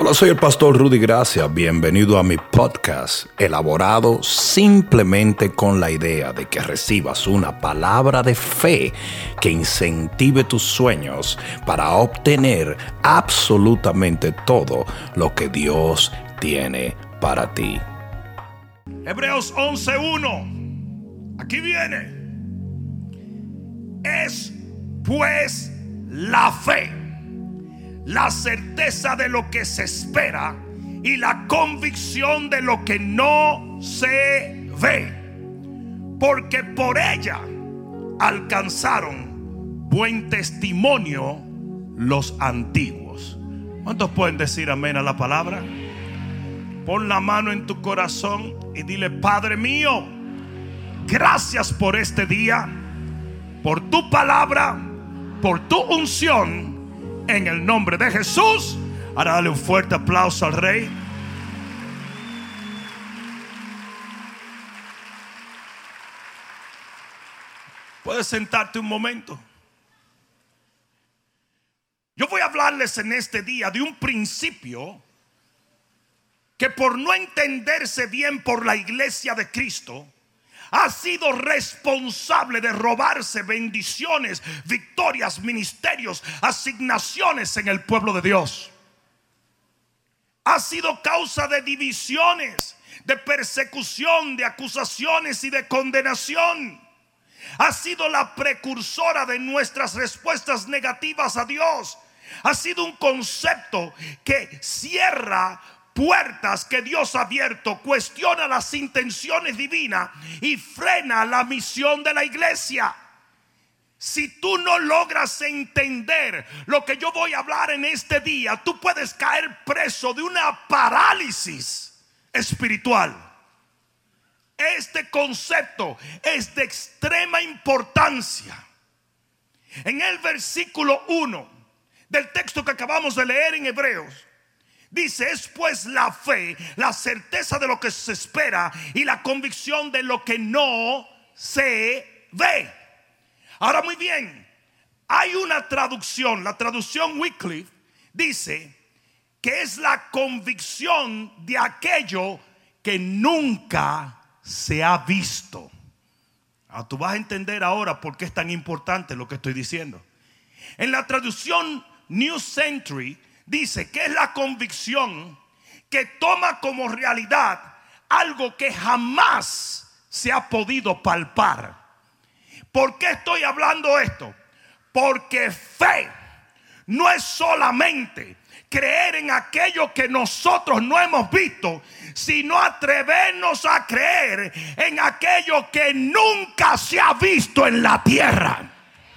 Hola, soy el pastor Rudy Gracia. Bienvenido a mi podcast, elaborado simplemente con la idea de que recibas una palabra de fe que incentive tus sueños para obtener absolutamente todo lo que Dios tiene para ti. Hebreos 11:1. Aquí viene. Es pues la fe, la certeza de lo que se espera y la convicción de lo que no se ve, porque por ella alcanzaron buen testimonio los antiguos. ¿Cuántos pueden decir amén a la palabra? Pon la mano en tu corazón y dile: Padre mío, gracias por este día, por tu palabra, por tu unción. En el nombre de Jesús. Ahora dale un fuerte aplauso al Rey. Puedes sentarte un momento. Yo voy a hablarles en este día de un principio que, por no entenderse bien por la iglesia de Cristo, ha sido responsable de robarse bendiciones, victorias, ministerios, asignaciones en el pueblo de Dios. Ha sido causa de divisiones, de persecución, de acusaciones y de condenación. Ha sido la precursora de nuestras respuestas negativas a Dios. Ha sido un concepto que cierra puertas que Dios ha abierto, cuestiona las intenciones divinas y frena la misión de la iglesia. Si tú no logras entender lo que yo voy a hablar en este día, tú puedes caer preso de una parálisis espiritual. Este concepto es de extrema importancia. En el versículo 1 del texto que acabamos de leer en Hebreos, dice: es pues la fe, la certeza de lo que se espera y la convicción de lo que no se ve. Ahora, muy bien, hay una traducción, la traducción Wycliffe dice que es la convicción de aquello que nunca se ha visto. Tú vas a entender ahora por qué es tan importante lo que estoy diciendo. En la traducción New Century dice que es la convicción que toma como realidad algo que jamás se ha podido palpar. ¿Por qué estoy hablando esto? Porque fe no es solamente creer en aquello que nosotros no hemos visto, sino atrevernos a creer en aquello que nunca se ha visto en la tierra.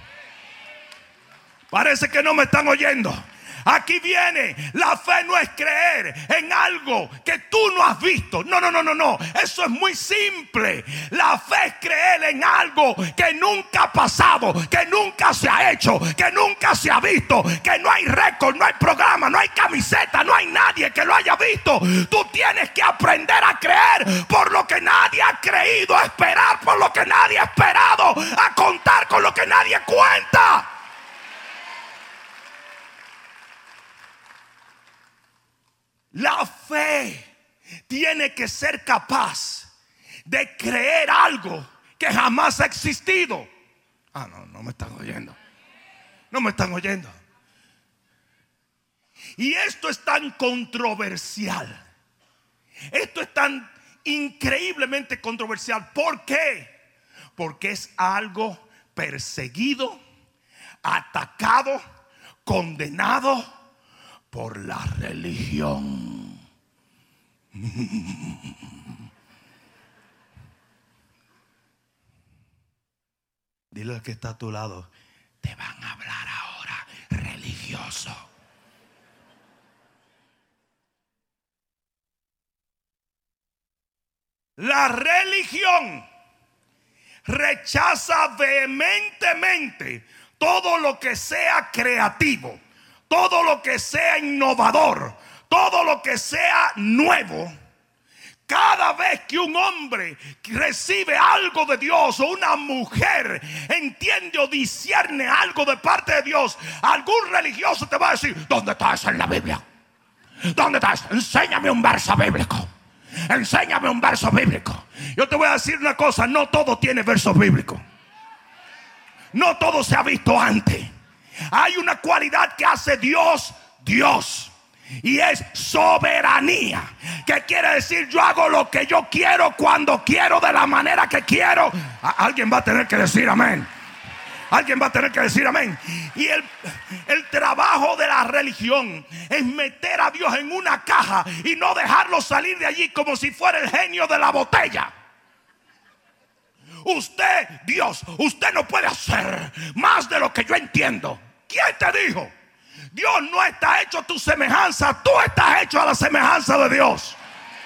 Parece que no me están oyendo. Aquí viene, la fe no es creer en algo que tú no has visto. No. Eso es muy simple. La fe es creer en algo que nunca ha pasado, que nunca se ha hecho, que nunca se ha visto, que no hay récord, no hay programa, no hay camiseta, no hay nadie que lo haya visto. Tú tienes que aprender a creer por lo que nadie ha creído, a esperar por lo que nadie ha esperado, a contar con lo que nadie cuenta. La fe tiene que ser capaz de creer algo que jamás ha existido. No me están oyendo. No me están oyendo. Y esto es tan controversial. Esto es tan increíblemente controversial. ¿Por qué? Porque es algo perseguido, atacado, condenado por la religión. Dile al que está a tu lado: te van a hablar ahora religioso. La religión rechaza vehementemente todo lo que sea creativo, todo lo que sea innovador, todo lo que sea nuevo. Cada vez que un hombre recibe algo de Dios, o una mujer entiende o discierne algo de parte de Dios, algún religioso te va a decir: ¿dónde está eso en la Biblia? ¿Dónde estás? Enséñame un verso bíblico. Enséñame un verso bíblico. Yo te voy a decir una cosa, no todo tiene versos bíblicos. No todo se ha visto antes. Hay una cualidad que hace Dios, Dios. Y es soberanía. Que quiere decir yo hago lo que yo quiero, cuando quiero, de la manera que quiero. Alguien va a tener que decir amén. Alguien va a tener que decir amén. Y el trabajo de la religión es meter a Dios en una caja y no dejarlo salir de allí como si fuera el genio de la botella. Usted, Dios, usted no puede hacer más de lo que yo entiendo. ¿Quién te dijo? Dios no está hecho a tu semejanza, tú estás hecho a la semejanza de Dios.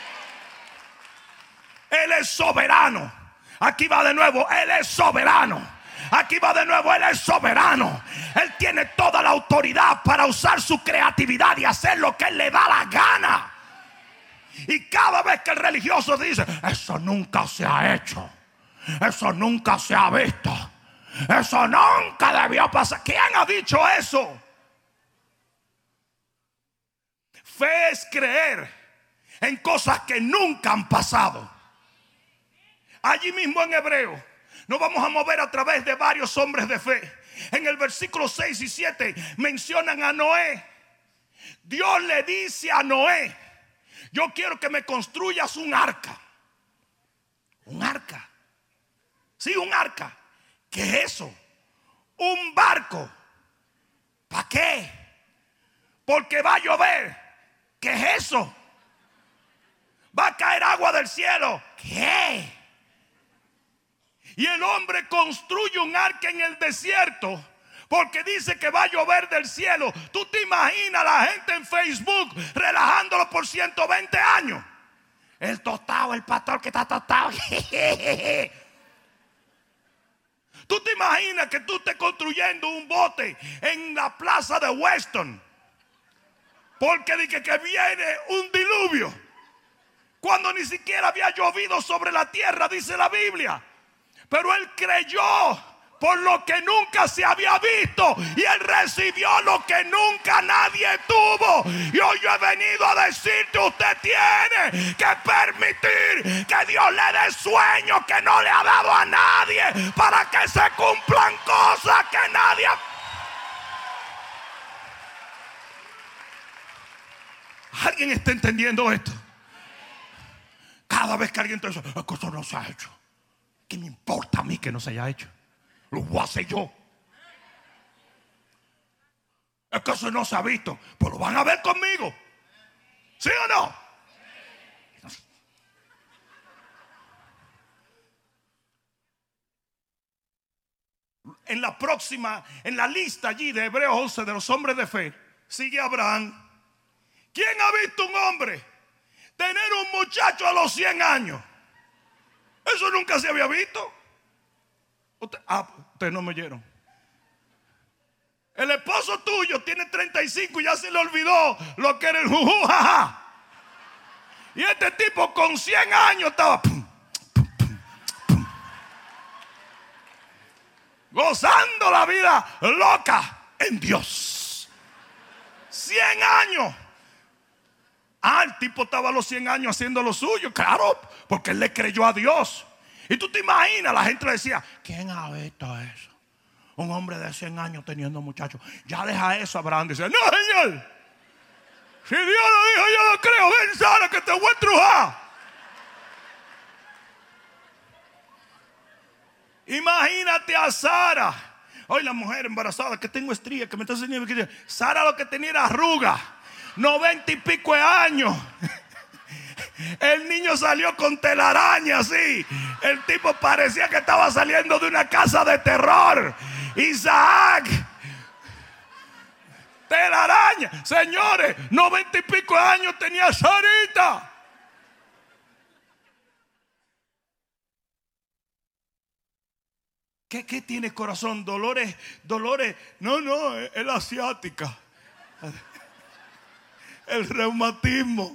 Él es soberano. Aquí va de nuevo, Él es soberano. Aquí va de nuevo, Él es soberano. Él tiene toda la autoridad para usar su creatividad y hacer lo que Él le da la gana. Y cada vez que el religioso dice, eso nunca se ha hecho, eso nunca se ha visto, eso nunca debió pasar. ¿Quién ha dicho eso? Fe es creer en cosas que nunca han pasado. Allí mismo en Hebreo nos vamos a mover a través de varios hombres de fe. En el versículo 6 y 7 mencionan a Noé. Dios le dice a Noé, yo quiero que me construyas un arca. Un arca. Sí, un arca. ¿Qué es eso? Un barco. ¿Para qué? Porque va a llover. ¿Qué es eso? Va a caer agua del cielo. ¿Qué? Y el hombre construye un arca en el desierto porque dice que va a llover del cielo. ¿Tú te imaginas la gente en Facebook relajándolo por 120 años? El tostado, el pastor que está tostado. ¿Tú te imaginas que tú estés construyendo un bote en la plaza de Weston porque dice que viene un diluvio, cuando ni siquiera había llovido sobre la tierra, dice la Biblia? Pero él creyó por lo que nunca se había visto, y él recibió lo que nunca nadie tuvo. Y hoy yo he venido a decirte, usted tiene que permitir que Dios le dé sueños que no le ha dado a nadie, para que se cumplan cosas que nadie ha... ¿Alguien está entendiendo esto? Cada vez que alguien te dice, es que eso no se ha hecho, ¿qué me importa a mí que no se haya hecho? Lo voy a hacer yo. Es que eso no se ha visto, pues lo van a ver conmigo. ¿Sí o no? En la próxima, en la lista allí de Hebreos 11 de los hombres de fe, sigue Abraham. ¿Quién ha visto un hombre tener un muchacho a los 100 años? Eso nunca se había visto. Ustedes no me oyeron. El esposo tuyo tiene 35 y ya se le olvidó lo que era el juju, jaja. Y este tipo con 100 años estaba gozando la vida loca en Dios. 100 años. El tipo estaba a los 100 años haciendo lo suyo, claro, porque él le creyó a Dios. Y tú te imaginas, la gente le decía, ¿quién ha visto eso? Un hombre de 100 años teniendo muchachos. Ya deja eso. Abraham dice, no, señor, si Dios lo dijo, yo lo creo. Ven, Sara, que te voy a trujar. Imagínate a Sara. Hoy la mujer embarazada que tengo estrías, que me está enseñando, que Sara lo que tenía era arruga, 90 y pico de años. El niño salió con telaraña así. El tipo parecía que estaba saliendo de una casa de terror. Isaac, telaraña. Señores, 90 y pico de años tenía Sarita. ¿Qué tiene corazón? Dolores. No, es la asiática. El reumatismo.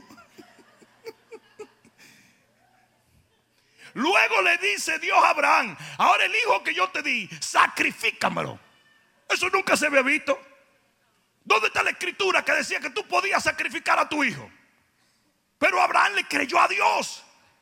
Luego le dice Dios a Abraham, ahora el hijo que yo te di, sacrifícamelo. Eso nunca se había visto. ¿Dónde está la escritura que decía que tú podías sacrificar a tu hijo? Pero Abraham le creyó a Dios.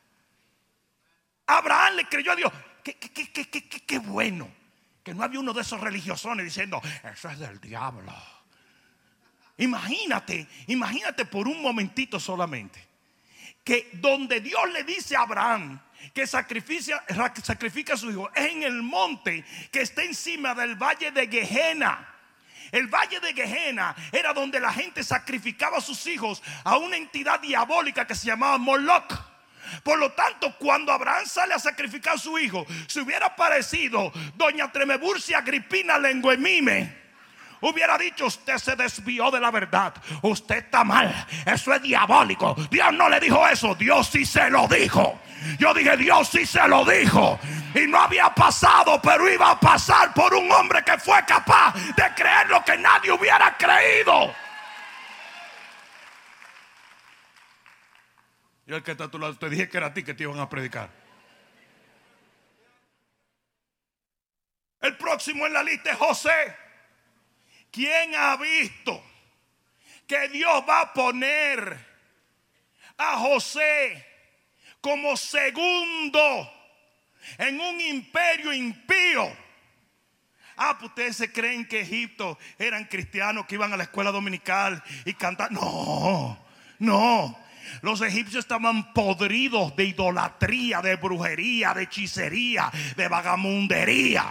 Abraham le creyó a Dios. Qué bueno que no había uno de esos religiosones diciendo: eso es del diablo. Imagínate por un momentito solamente que donde Dios le dice a Abraham que sacrifica a su hijo es en el monte que está encima del valle de Gehenna. El valle de Gehenna era donde la gente sacrificaba a sus hijos a una entidad diabólica que se llamaba Moloch. Por lo tanto, cuando Abraham sale a sacrificar a su hijo, si hubiera aparecido doña Tremeburcia Agripina Lenguemime, hubiera dicho: usted se desvió de la verdad, usted está mal, eso es diabólico. Dios no le dijo eso, Dios sí se lo dijo. Yo dije: Dios sí se lo dijo. Y no había pasado, pero iba a pasar por un hombre que fue capaz de creer lo que nadie hubiera creído. Y el que está a tu lado, te dije que era a ti que te iban a predicar. El próximo en la lista es José. ¿Quién ha visto que Dios va a poner a José como segundo en un imperio impío? Pues ustedes se creen que Egipto eran cristianos que iban a la escuela dominical y cantaban. No. Los egipcios estaban podridos de idolatría, de brujería, de hechicería, de vagamundería.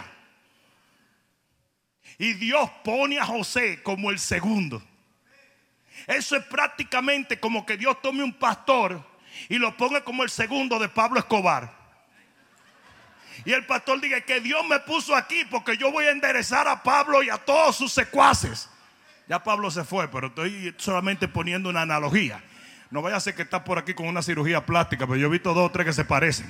Y Dios pone a José como el segundo. Eso es prácticamente como que Dios tome un pastor y lo ponga como el segundo de Pablo Escobar. Y el pastor diga que Dios me puso aquí porque yo voy a enderezar a Pablo y a todos sus secuaces. Ya Pablo se fue, pero estoy solamente poniendo una analogía. No vaya a ser que está por aquí con una cirugía plástica, pero yo he visto 2 o 3 que se parecen.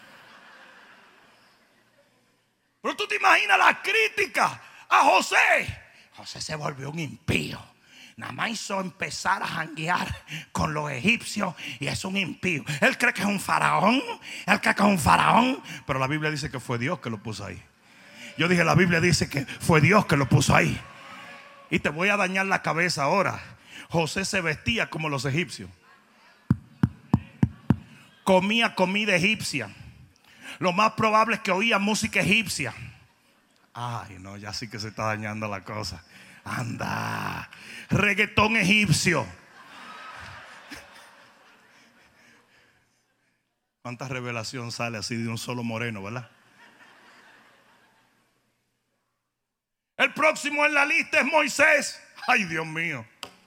Pero tú te imaginas la crítica a José. José se volvió un impío. Nada más hizo empezar a janguear con los egipcios y es un impío. Él cree que es un faraón. Pero la Biblia dice que fue Dios que lo puso ahí. Yo dije: la Biblia dice que fue Dios que lo puso ahí. Y te voy a dañar la cabeza ahora. José se vestía como los egipcios. Comía comida egipcia. Lo más probable es que oía música egipcia. Ay, no, ya sí que se está dañando la cosa. Anda, reggaetón egipcio. ¿Cuánta revelación sale así de un solo moreno, verdad? El próximo en la lista es Moisés. Ay, Dios mío.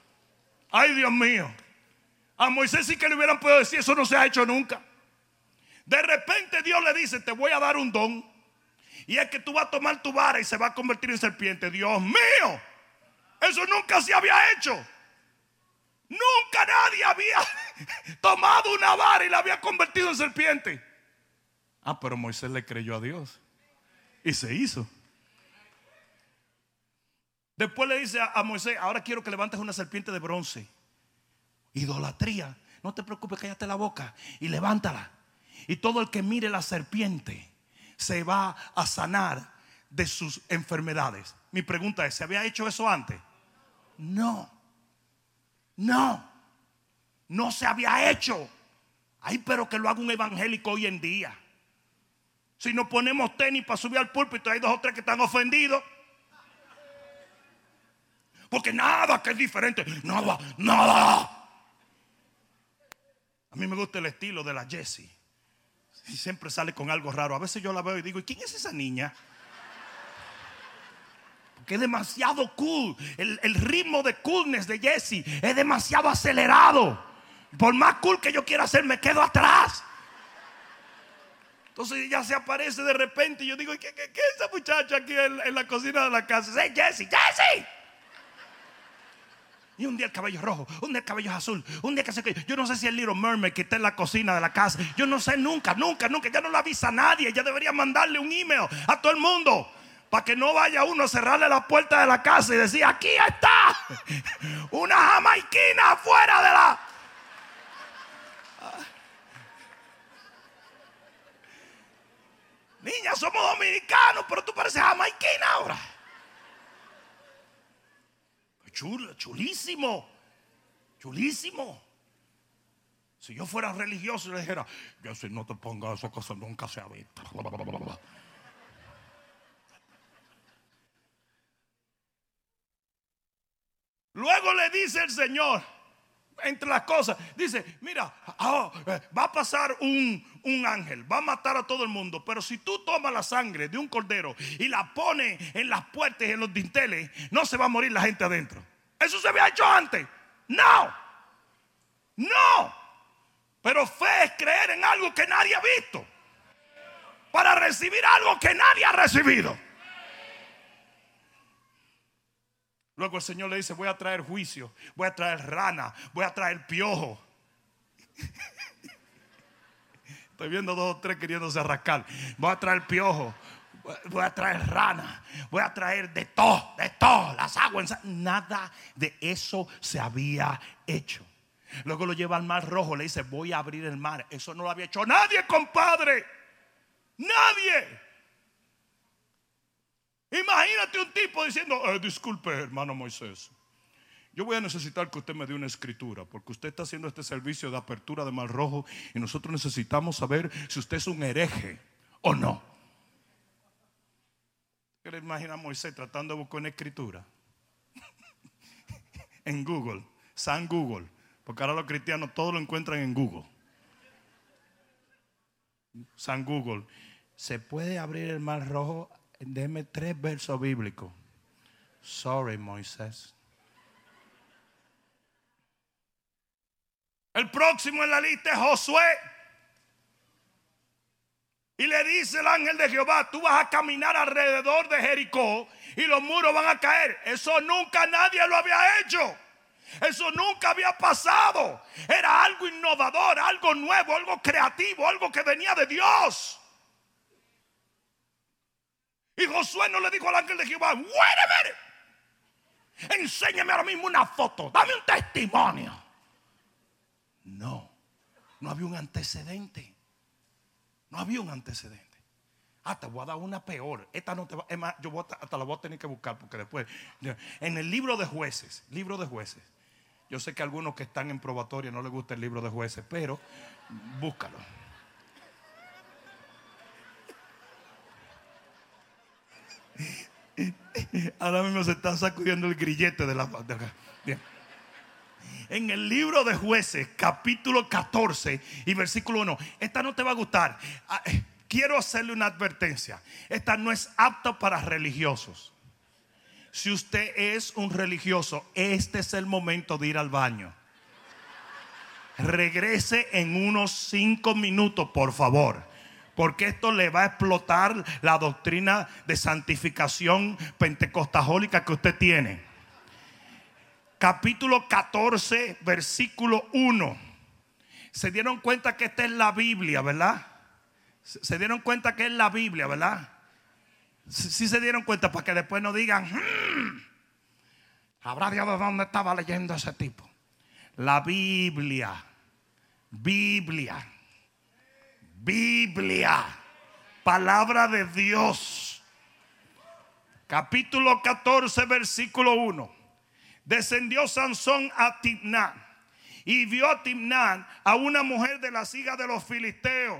A Moisés sí que le hubieran podido decir: eso no se ha hecho nunca. De repente Dios le dice: te voy a dar un don, y es que tú vas a tomar tu vara y se va a convertir en serpiente. Dios mío, eso nunca se había hecho. Nunca nadie había tomado una vara y la había convertido en serpiente. Pero Moisés le creyó a Dios y se hizo. Después le dice a Moisés: ahora quiero que levantes una serpiente de bronce. Idolatría. No te preocupes, cállate la boca y levántala. Y todo el que mire la serpiente se va a sanar de sus enfermedades. Mi pregunta es: ¿se había hecho eso antes? No se había hecho. Ay, pero que lo haga un evangélico hoy en día. Si nos ponemos tenis para subir al púlpito, hay 2 o 3 que están ofendidos. Porque nada que es diferente. Nada. A mí me gusta el estilo de la Jessie. Y siempre sale con algo raro. A veces yo la veo y digo: ¿y quién es esa niña? Porque es demasiado cool. El ritmo de coolness de Jessie es demasiado acelerado. Por más cool que yo quiera ser, me quedo atrás. Entonces ella se aparece de repente y yo digo: ¿qué es esa muchacha aquí en la cocina de la casa? ¡Hey, Jessie! Y un día el cabello es rojo, un día el cabello es azul, un día que yo no sé si el Little Mermaid que está en la cocina de la casa. Yo no sé, nunca. Ya no le avisa a nadie. Ya debería mandarle un email a todo el mundo para que no vaya uno a cerrarle la puerta de la casa y decir: aquí está una jamaiquina afuera de la... Niña, somos dominicanos, pero tú pareces jamaiquina ahora. chulísimo. Chulísimo. Si yo fuera religioso, le dijera: yo, si no te pongas esa cosa, nunca se ha visto. Luego le dice el Señor, entre las cosas, dice: mira, va a pasar un ángel, va a matar a todo el mundo, pero si tú tomas la sangre de un cordero y la pones en las puertas y en los dinteles, no se va a morir la gente adentro. ¿Eso se había hecho antes? No. Pero fe es creer en algo que nadie ha visto, para recibir algo que nadie ha recibido. Luego el Señor le dice: voy a traer juicio, voy a traer rana, voy a traer piojo. Estoy viendo 2 o 3 queriéndose rascar. Voy a traer piojo, voy a traer rana, voy a traer de todo, las aguas. Nada de eso se había hecho. Luego lo lleva al mar rojo, le dice: voy a abrir el mar. Eso no lo había hecho nadie, compadre. Nadie. Imagínate un tipo diciendo: disculpe, hermano Moisés, yo voy a necesitar que usted me dé una escritura, porque usted está haciendo este servicio de apertura de mar rojo y nosotros necesitamos saber si usted es un hereje o no. ¿Qué le imagina a Moisés tratando de buscar una escritura? En Google, San Google, porque ahora los cristianos todo lo encuentran en Google. San Google: ¿se puede abrir el mar rojo? Déjeme 3 versos bíblicos. Sorry, Moisés. El próximo en la lista es Josué. Y le dice el ángel de Jehová: tú vas a caminar alrededor de Jericó y los muros van a caer. Eso nunca nadie lo había hecho. Eso nunca había pasado. Era algo innovador, algo nuevo, algo creativo, algo que venía de Dios. Y Josué no le dijo al ángel de Jehová: wait a minute, enséñame ahora mismo una foto, dame un testimonio. No había un antecedente. No había un antecedente. Te voy a dar una peor. Esta no te va, es más, yo hasta la voy a tener que buscar, porque después, en el libro de Jueces, yo sé que a algunos que están en probatoria no les gusta el libro de Jueces, pero búscalo. Ahora mismo se están sacudiendo el grillete de acá. Bien. En el libro de Jueces, capítulo 14 y versículo 1. Esta no te va a gustar. Quiero hacerle una advertencia. Esta no es apta para religiosos. Si usted es un religioso, este es el momento de ir al baño. Regrese en unos 5 minutos, por favor, porque esto le va a explotar la doctrina de santificación pentecostalógica que usted tiene. Capítulo 14, versículo 1. Se dieron cuenta que esta es la Biblia, ¿verdad? Se dieron cuenta que es la Biblia, ¿verdad? Sí se dieron cuenta, para que después no digan: ¿habrá Dios de dónde estaba leyendo ese tipo? La Biblia, palabra de Dios. Capítulo 14, versículo 1. Descendió Sansón a Timná y vio a Timná a una mujer de las hijas de los filisteos.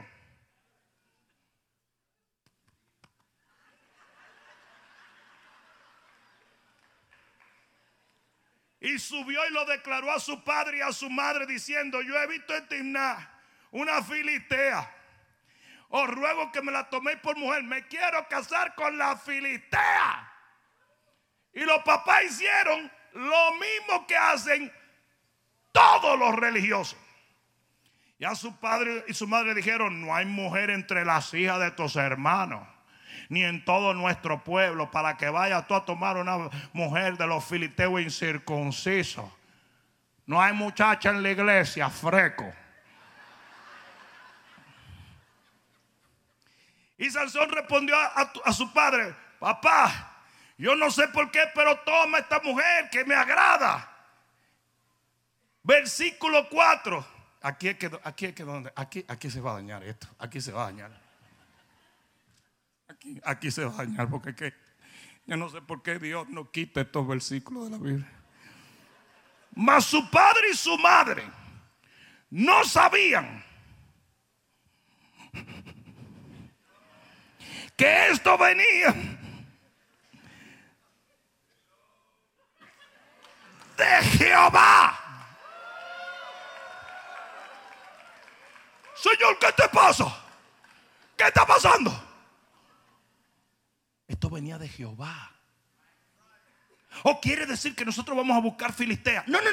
Y subió y lo declaró a su padre y a su madre, diciendo: yo he visto en Timná una filistea. Os ruego que me la toméis por mujer. Me quiero casar con la filistea. Y los papás hicieron lo mismo que hacen todos los religiosos. Y a su padre y su madre dijeron: no hay mujer entre las hijas de tus hermanos, ni en todo nuestro pueblo, para que vayas tú a tomar una mujer de los filisteos incircuncisos. No hay muchacha en la iglesia, freco. Y Sansón respondió a su padre: papá, yo no sé por qué, pero toma esta mujer que me agrada. Versículo 4. Aquí se va a dañar esto. Aquí se va a dañar. Aquí se va a dañar, porque yo no sé por qué Dios no quita estos versículos de la Biblia. Mas su padre y su madre no sabían que esto venía de Jehová. Señor, ¿qué te pasa? ¿Qué está pasando? Esto venía de Jehová. ¿O quiere decir que nosotros vamos a buscar filisteas? No.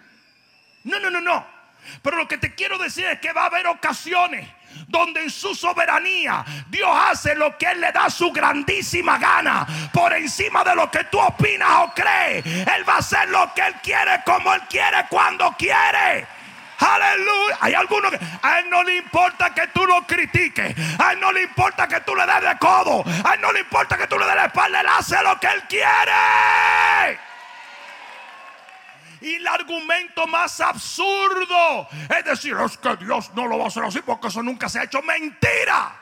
Pero lo que te quiero decir es que va a haber ocasiones donde en su soberanía Dios hace lo que Él le da su grandísima gana, por encima de lo que tú opinas o crees. Él va a hacer lo que Él quiere, como Él quiere, cuando quiere. Aleluya. Hay algunos que a Él no le importa que tú lo critiques, a Él no le importa que tú le des de codo, a Él no le importa que tú le des la espalda. Él hace lo que Él quiere. Y el argumento más absurdo es decir, es que Dios no lo va a hacer así porque eso nunca se ha hecho. Mentira.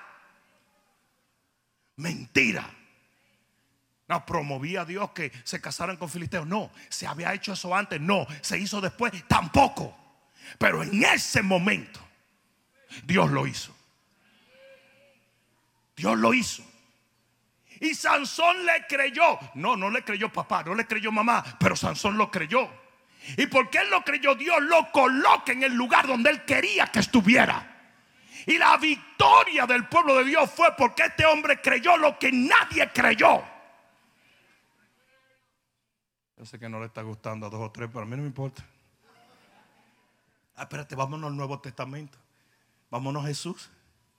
Mentira. No promovía a Dios que se casaran con filisteos. No. ¿Se había hecho eso antes? No. ¿Se hizo después? Tampoco. Pero en ese momento Dios lo hizo. Dios lo hizo. Y Sansón le creyó. No le creyó papá, no le creyó mamá, pero Sansón lo creyó. Y porque él lo creyó, Dios lo coloca en el lugar donde él quería que estuviera. Y la victoria del pueblo de Dios fue porque este hombre creyó lo que nadie creyó. Yo sé que no le está gustando a 2 o 3, pero a mí no me importa. Espérate, vámonos al Nuevo Testamento. Vámonos a Jesús.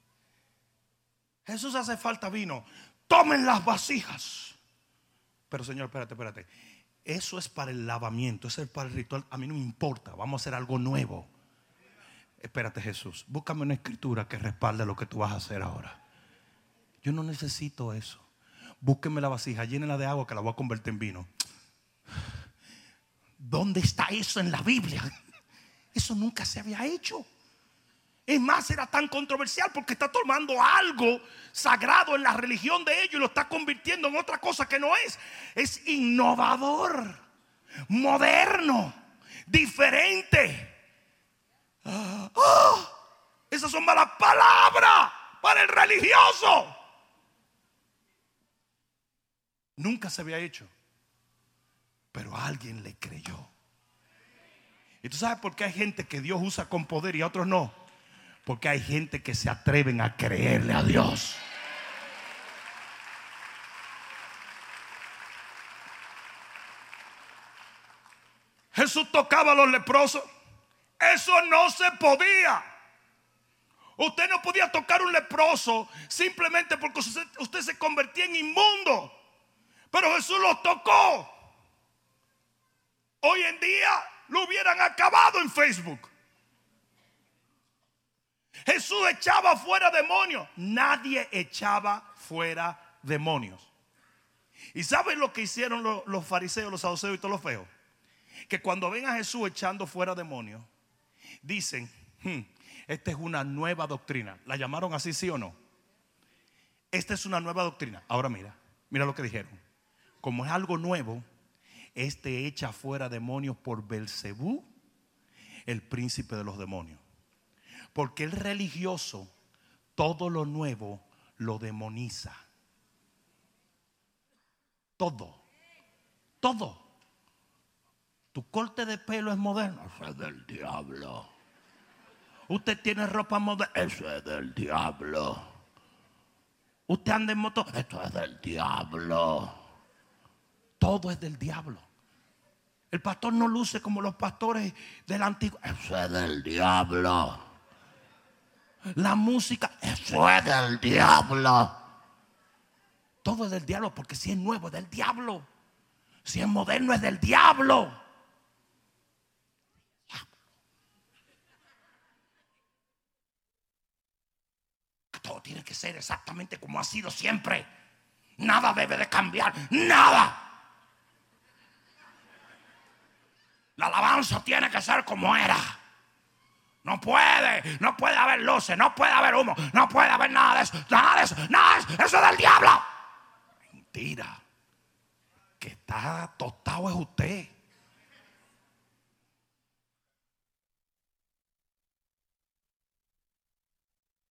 Jesús hace falta vino. Tomen las vasijas. Pero Señor, espérate. Eso es para el lavamiento, eso es para el ritual. A mí no me importa, vamos a hacer algo nuevo. Espérate, Jesús, búscame una escritura que respalde lo que tú vas a hacer ahora. Yo no necesito eso. Búsqueme la vasija, llénela de agua que la voy a convertir en vino. ¿Dónde está eso en la Biblia? Eso nunca se había hecho. Es más, era tan controversial porque está tomando algo sagrado en la religión de ellos y lo está convirtiendo en otra cosa que no es. Es innovador, moderno, diferente. Esas son malas palabras para el religioso. Nunca se había hecho, pero alguien le creyó. ¿Y tú sabes por qué hay gente que Dios usa con poder y a otros no? Porque hay gente que se atreven a creerle a Dios. Jesús tocaba a los leprosos. Eso no se podía. Usted no podía tocar a un leproso simplemente porque usted se convertía en inmundo. Pero Jesús los tocó. Hoy en día lo hubieran acabado en Facebook. Jesús echaba fuera demonios. Nadie echaba fuera demonios. ¿Y saben lo que hicieron los fariseos, los saduceos y todos los feos? Que cuando ven a Jesús echando fuera demonios, dicen, esta es una nueva doctrina. ¿La llamaron así, sí o no? Esta es una nueva doctrina. Ahora mira lo que dijeron. Como es algo nuevo, este echa fuera demonios por Belcebú, el príncipe de los demonios. Porque el religioso todo lo nuevo lo demoniza. Todo. Tu corte de pelo es moderno, eso es del diablo. Usted tiene ropa moderna, eso es del diablo. Usted anda en moto, esto es del diablo. Todo es del diablo. El pastor no luce como los pastores del antiguo, eso es del diablo. La música, eso es del diablo. Todo es del diablo, porque si es nuevo es del diablo. Si es moderno es del diablo. Todo tiene que ser exactamente como ha sido siempre. Nada debe de cambiar, nada. La alabanza tiene que ser como era. No puede haber luces, no puede haber humo, no puede haber nada de eso. Eso es del diablo. Mentira. Que está tostado es usted.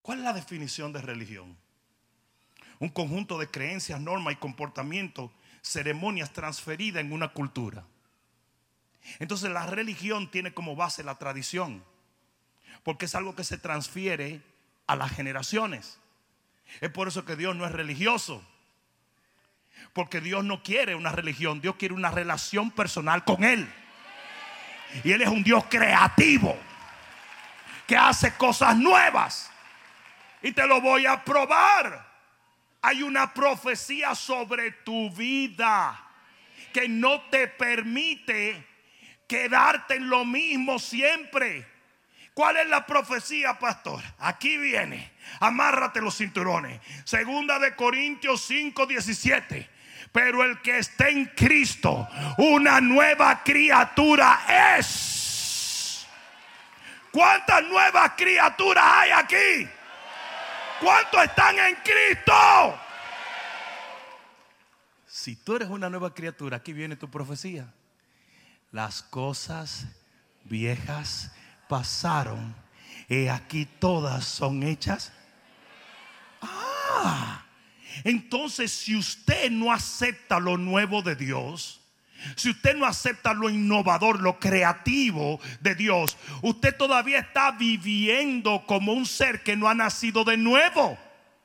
¿Cuál es la definición de religión? Un conjunto de creencias, normas y comportamientos, ceremonias transferidas en una cultura. Entonces la religión tiene como base la tradición, porque es algo que se transfiere a las generaciones. Es por eso que Dios no es religioso, porque Dios no quiere una religión, Dios quiere una relación personal con Él. Y Él es un Dios creativo, que hace cosas nuevas. Y te lo voy a probar. Hay una profecía sobre tu vida que no te permite quedarte en lo mismo siempre. ¿Cuál es la profecía, pastor? Aquí viene. Amárrate los cinturones. Segunda de Corintios 5:17. Pero el que esté en Cristo, una nueva criatura es. ¿Cuántas nuevas criaturas hay aquí? ¿Cuántos están en Cristo? Si tú eres una nueva criatura, aquí viene tu profecía. Las cosas viejas pasaron, y aquí todas son hechas. Entonces, si usted no acepta lo nuevo de Dios, si usted no acepta lo innovador, lo creativo de Dios, usted todavía está viviendo como un ser que no ha nacido de nuevo.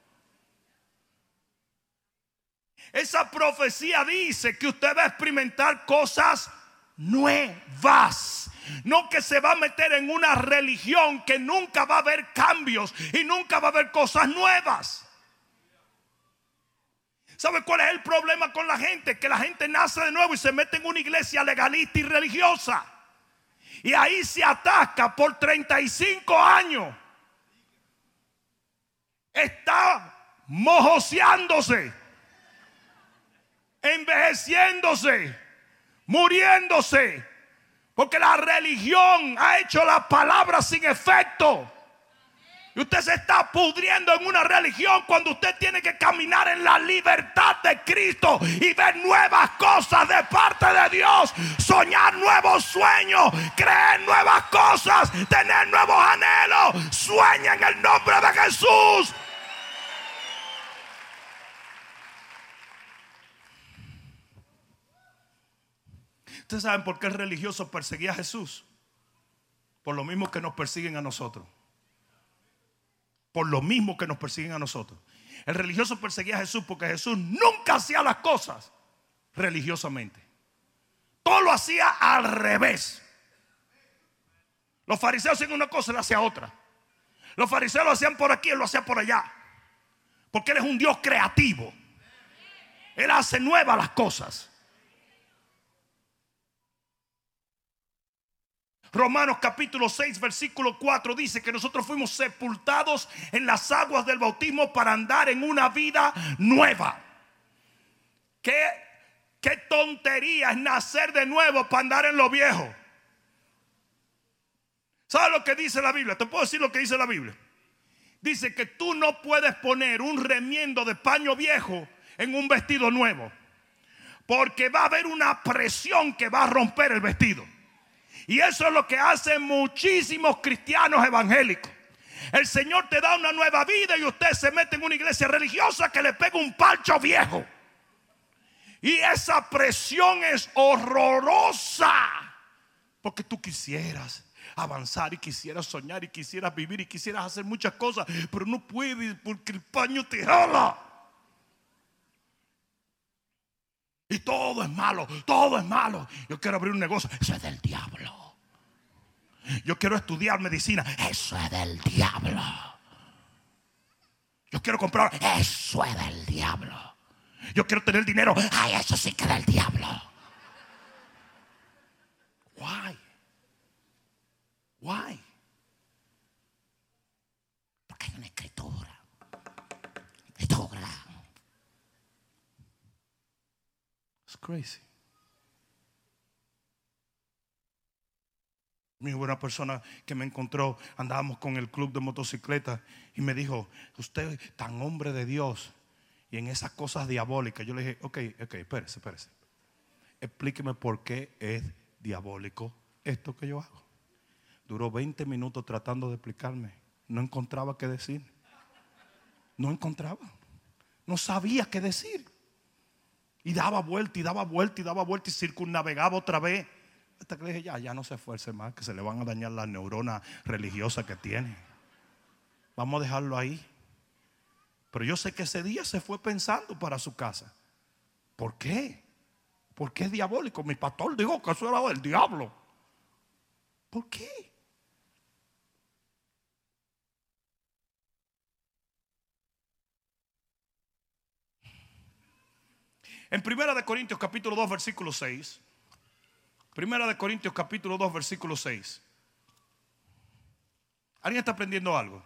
Esa profecía dice que usted va a experimentar cosas nuevas. No que se va a meter en una religión que nunca va a haber cambios y nunca va a haber cosas nuevas. ¿Sabe cuál es el problema con la gente? Que la gente nace de nuevo y se mete en una iglesia legalista y religiosa. Y ahí se atasca por 35 años. Está mojoseándose, envejeciéndose, muriéndose. Porque la religión ha hecho la palabra sin efecto. Y usted se está pudriendo en una religión cuando usted tiene que caminar en la libertad de Cristo y ver nuevas cosas de parte de Dios, soñar nuevos sueños, creer nuevas cosas, tener nuevos anhelos. Sueña en el nombre de Jesús. ¿Ustedes saben por qué el religioso perseguía a Jesús? Por lo mismo que nos persiguen a nosotros. Por lo mismo que nos persiguen a nosotros. El religioso perseguía a Jesús porque Jesús nunca hacía las cosas religiosamente. Todo lo hacía al revés. Los fariseos hacían una cosa, él hacía otra. Los fariseos lo hacían por aquí, él lo hacía por allá. Porque él es un Dios creativo. Él hace nuevas las cosas. Romanos capítulo 6 versículo 4 dice que nosotros fuimos sepultados en las aguas del bautismo para andar en una vida nueva. ¿Qué tontería es nacer de nuevo para andar en lo viejo? ¿Sabes lo que dice la Biblia? Te puedo decir lo que dice la Biblia. Dice que tú no puedes poner un remiendo de paño viejo en un vestido nuevo, porque va a haber una presión que va a romper el vestido. Y eso es lo que hacen muchísimos cristianos evangélicos. El Señor te da una nueva vida y usted se mete en una iglesia religiosa que le pega un parcho viejo. Y esa presión es horrorosa. Porque tú quisieras avanzar y quisieras soñar y quisieras vivir y quisieras hacer muchas cosas, pero no puedes porque el paño te jala. Y todo es malo, todo es malo. Yo quiero abrir un negocio, eso es del diablo. Yo quiero estudiar medicina, eso es del diablo. Yo quiero comprar, eso es del diablo. Yo quiero tener dinero, ay, eso sí que es del diablo. Why? Why? Porque hay una escritura. It's crazy. Mi buena persona que me encontró, andábamos con el club de motocicletas y me dijo, usted tan hombre de Dios y en esas cosas diabólicas. Yo le dije, ok, espérese. Explíqueme por qué es diabólico esto que yo hago. Duró 20 minutos tratando de explicarme. No encontraba qué decir. No encontraba. No sabía qué decir. Y daba vuelta y daba vuelta y daba vuelta y circunnavegaba otra vez. Hasta que le dije, ya no se esfuerce más, que se le van a dañar las neuronas religiosas que tiene. Vamos a dejarlo ahí. Pero yo sé que ese día se fue pensando para su casa. ¿Por qué? Porque es diabólico. Mi pastor dijo que eso era del diablo. ¿Por qué? En 1 Corintios capítulo 2 versículo 6. 1 Corintios capítulo 2 versículo 6. ¿Alguien está aprendiendo algo?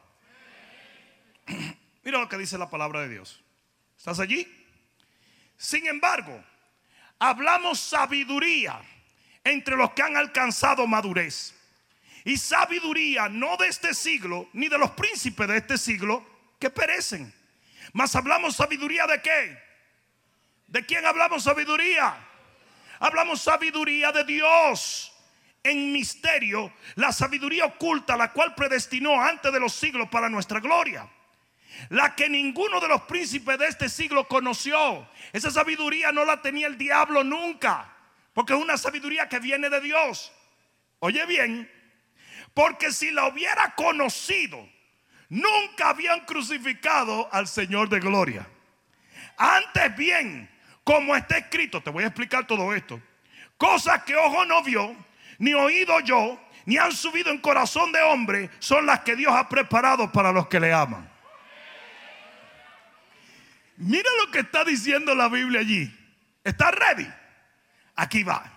Mira lo que dice la palabra de Dios. ¿Estás allí? Sin embargo, hablamos sabiduría entre los que han alcanzado madurez. Y sabiduría no de este siglo, ni de los príncipes de este siglo que perecen. Mas hablamos sabiduría ¿de qué? ¿De quién hablamos sabiduría? Hablamos sabiduría de Dios. En misterio, la sabiduría oculta, la cual predestinó antes de los siglos para nuestra gloria, la que ninguno de los príncipes de este siglo conoció. Esa sabiduría no la tenía el diablo nunca, porque es una sabiduría que viene de Dios. Oye bien, porque si la hubiera conocido, nunca habían crucificado al Señor de gloria. Antes bien, como está escrito, te voy a explicar todo esto: cosas que ojo no vio, ni oído yo, ni han subido en corazón de hombre, son las que Dios ha preparado para los que le aman. Mira lo que está diciendo la Biblia allí. ¿Estás ready? Aquí va.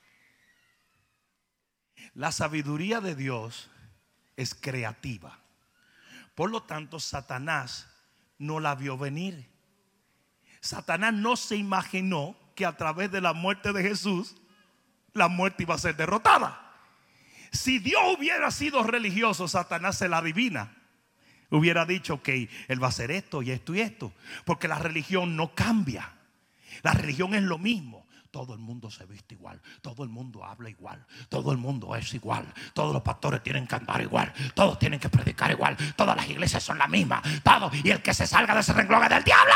La sabiduría de Dios es creativa. Por lo tanto, Satanás no la vio venir. Satanás no se imaginó que a través de la muerte de Jesús, la muerte iba a ser derrotada. Si Dios hubiera sido religioso, Satanás se la adivina. Hubiera dicho que él va a hacer esto y esto y esto. Porque la religión no cambia. La religión es lo mismo. Todo el mundo se viste igual, todo el mundo habla igual, todo el mundo es igual, todos los pastores tienen que andar igual, todos tienen que predicar igual, todas las iglesias son las mismas, todo, y el que se salga de ese renglón es del diablo.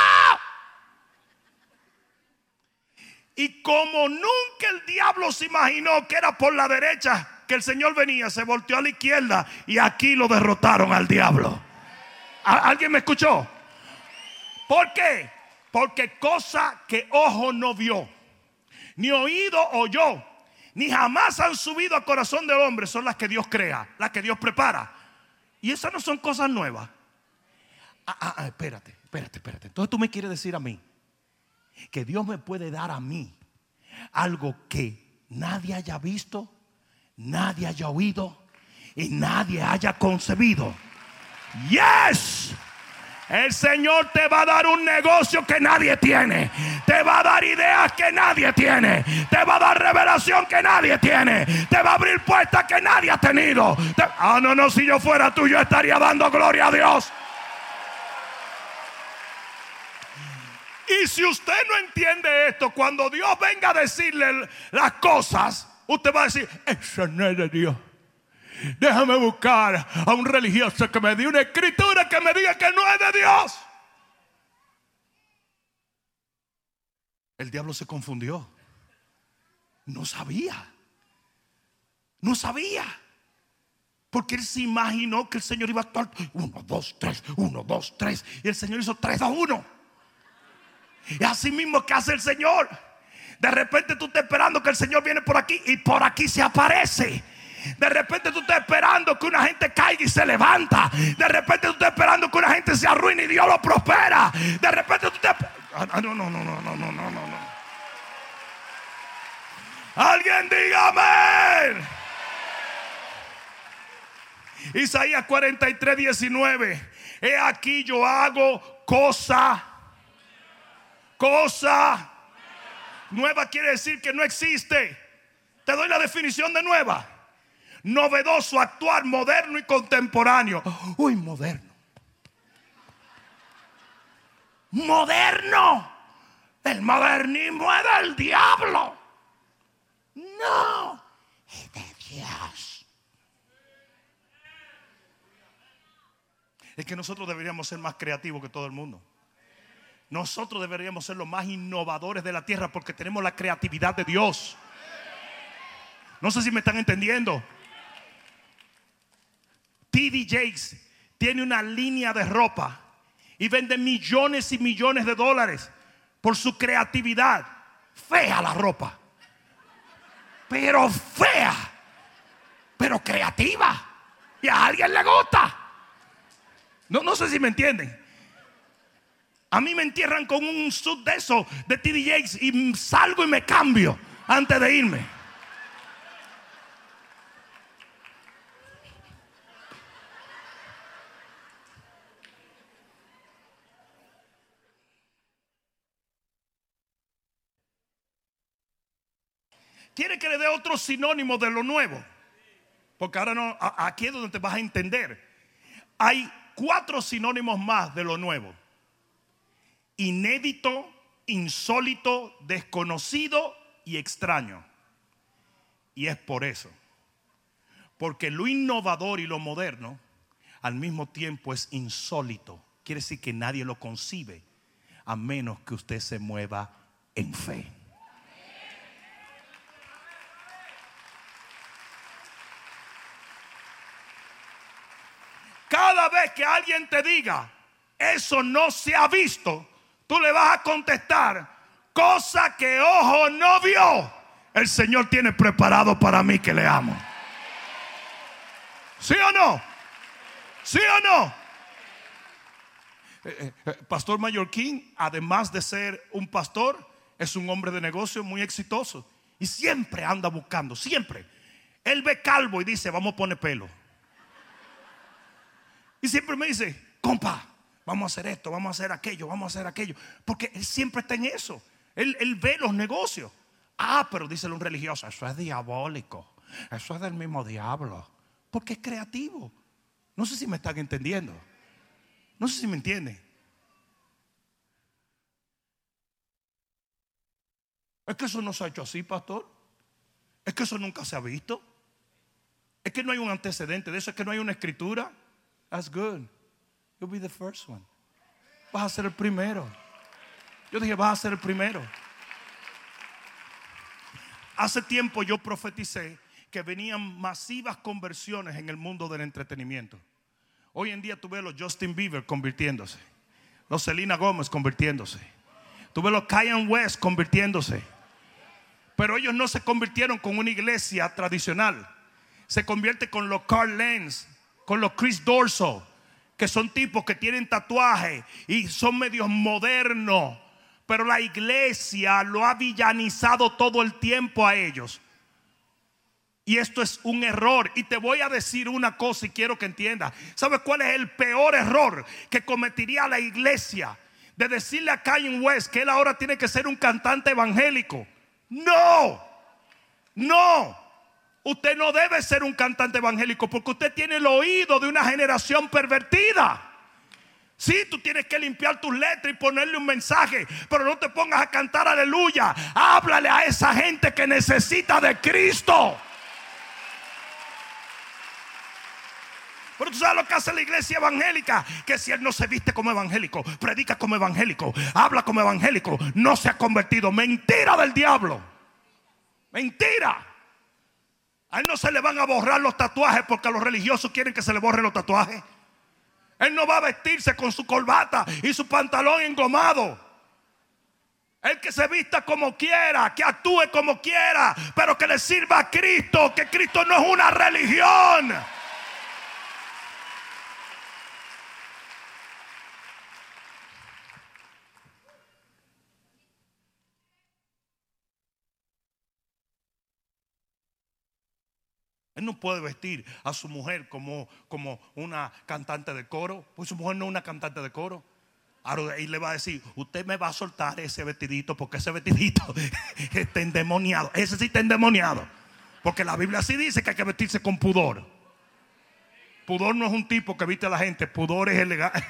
Y como nunca el diablo se imaginó que era por la derecha que el Señor venía, se volteó a la izquierda y aquí lo derrotaron al diablo. ¿Alguien me escuchó? ¿Por qué? Porque cosa que ojo no vio, ni oído oyó, ni jamás han subido al corazón del hombre, son las que Dios crea, las que Dios prepara. Y esas no son cosas nuevas. Espérate. Entonces tú me quieres decir a mí que Dios me puede dar a mí algo que nadie haya visto, nadie haya oído y nadie haya concebido. Yes. El Señor te va a dar un negocio que nadie tiene. Te va a dar ideas que nadie tiene. Te va a dar revelación que nadie tiene. Te va a abrir puertas que nadie ha tenido. No, si yo fuera tú, yo estaría dando gloria a Dios. Y si usted no entiende esto, cuando Dios venga a decirle las cosas, usted va a decir, eso no es de Dios. Déjame buscar a un religioso que me dé una escritura que me diga que no es de Dios. El diablo se confundió. No sabía. Porque él se imaginó que el Señor iba a actuar 1, 2, 3, 1, 2, 3. Y el Señor hizo 3, 2, 1. Y así mismo que hace el Señor. De repente tú estás esperando que el Señor viene por aquí y por aquí se aparece. De repente tú estás esperando que una gente caiga y se levanta. De repente tú estás esperando que una gente se arruine y Dios lo prospera. De repente tú estás... No. Alguien diga amén. Isaías 43, 19. He aquí yo hago cosa nueva. Quiere decir que no existe. Te doy la definición de nueva. Novedoso, actuar, moderno y contemporáneo. Uy, moderno. El modernismo es del diablo. No, es de Dios. Es que nosotros deberíamos ser más creativos que todo el mundo. Nosotros deberíamos ser los más innovadores de la tierra porque tenemos la creatividad de Dios. No sé si me están entendiendo. TD Jakes tiene una línea de ropa y vende millones y millones de dólares por su creatividad. Fea la ropa, pero fea, pero creativa, y a alguien le gusta. No sé si me entienden. A mí me entierran con un suit de eso de TD Jakes y salgo y me cambio antes de irme. ¿Quiere que le dé otro sinónimo de lo nuevo? Porque ahora no, aquí es donde te vas a entender. Hay 4 sinónimos más de lo nuevo: inédito, insólito, desconocido y extraño. Y es por eso, porque lo innovador y lo moderno al mismo tiempo es insólito. Quiere decir que nadie lo concibe a menos que usted se mueva en fe. Cada vez que alguien te diga eso no se ha visto, tú le vas a contestar: cosa que ojo no vio, el Señor tiene preparado para mí que le amo. ¿Sí o no? ¿Sí o no? Pastor Mallorquín, además de ser un pastor, es un hombre de negocio muy exitoso y siempre anda buscando, siempre. Él ve calvo y dice: vamos a poner pelo. Y siempre me dice: compa, vamos a hacer esto, vamos a hacer aquello, vamos a hacer aquello. Porque él siempre está en eso. Él ve los negocios. Pero dice un religioso: eso es diabólico, eso es del mismo diablo. Porque es creativo. No sé si me están entendiendo. No sé si me entienden. Es que eso no se ha hecho así, pastor. Es que eso nunca se ha visto. Es que no hay un antecedente de eso. Es que no hay una escritura. That's good. You'll be the first one. Vas a ser el primero. Yo dije: vas a ser el primero. Hace tiempo yo profeticé que venían masivas conversiones en el mundo del entretenimiento. Hoy en día tú ves los Justin Bieber convirtiéndose, los Selena Gomez convirtiéndose, tú ves los Kanye West convirtiéndose. Pero ellos no se convirtieron con una iglesia tradicional. Se convierte con los Carl Lenz, con los Chris Dorso, que son tipos que tienen tatuajes y son medios modernos. Pero la iglesia lo ha villanizado todo el tiempo a ellos. Y esto es un error. Y te voy a decir una cosa y quiero que entiendas. ¿Sabes cuál es el peor error que cometería la iglesia? De decirle a Kanye West que él ahora tiene que ser un cantante evangélico. No. Usted no debe ser un cantante evangélico porque usted tiene el oído de una generación pervertida. Sí, tú tienes que limpiar tus letras y ponerle un mensaje, pero no te pongas a cantar aleluya. Háblale a esa gente que necesita de Cristo. Pero tú sabes lo que hace la iglesia evangélica, que si él no se viste como evangélico, predica como evangélico, habla como evangélico, no se ha convertido. Mentira del diablo. Mentira. A él no se le van a borrar los tatuajes porque a los religiosos quieren que se le borren los tatuajes. Él no va a vestirse con su corbata y su pantalón engomado. El que se vista como quiera, que actúe como quiera, pero que le sirva a Cristo, que Cristo no es una religión. Él no puede vestir a su mujer como una cantante de coro, pues su mujer no es una cantante de coro. Ahora él le va a decir: usted me va a soltar ese vestidito porque ese vestidito está endemoniado. Ese sí está endemoniado. Porque la Biblia sí dice que hay que vestirse con pudor. Pudor no es un tipo que viste a la gente, pudor es elegante.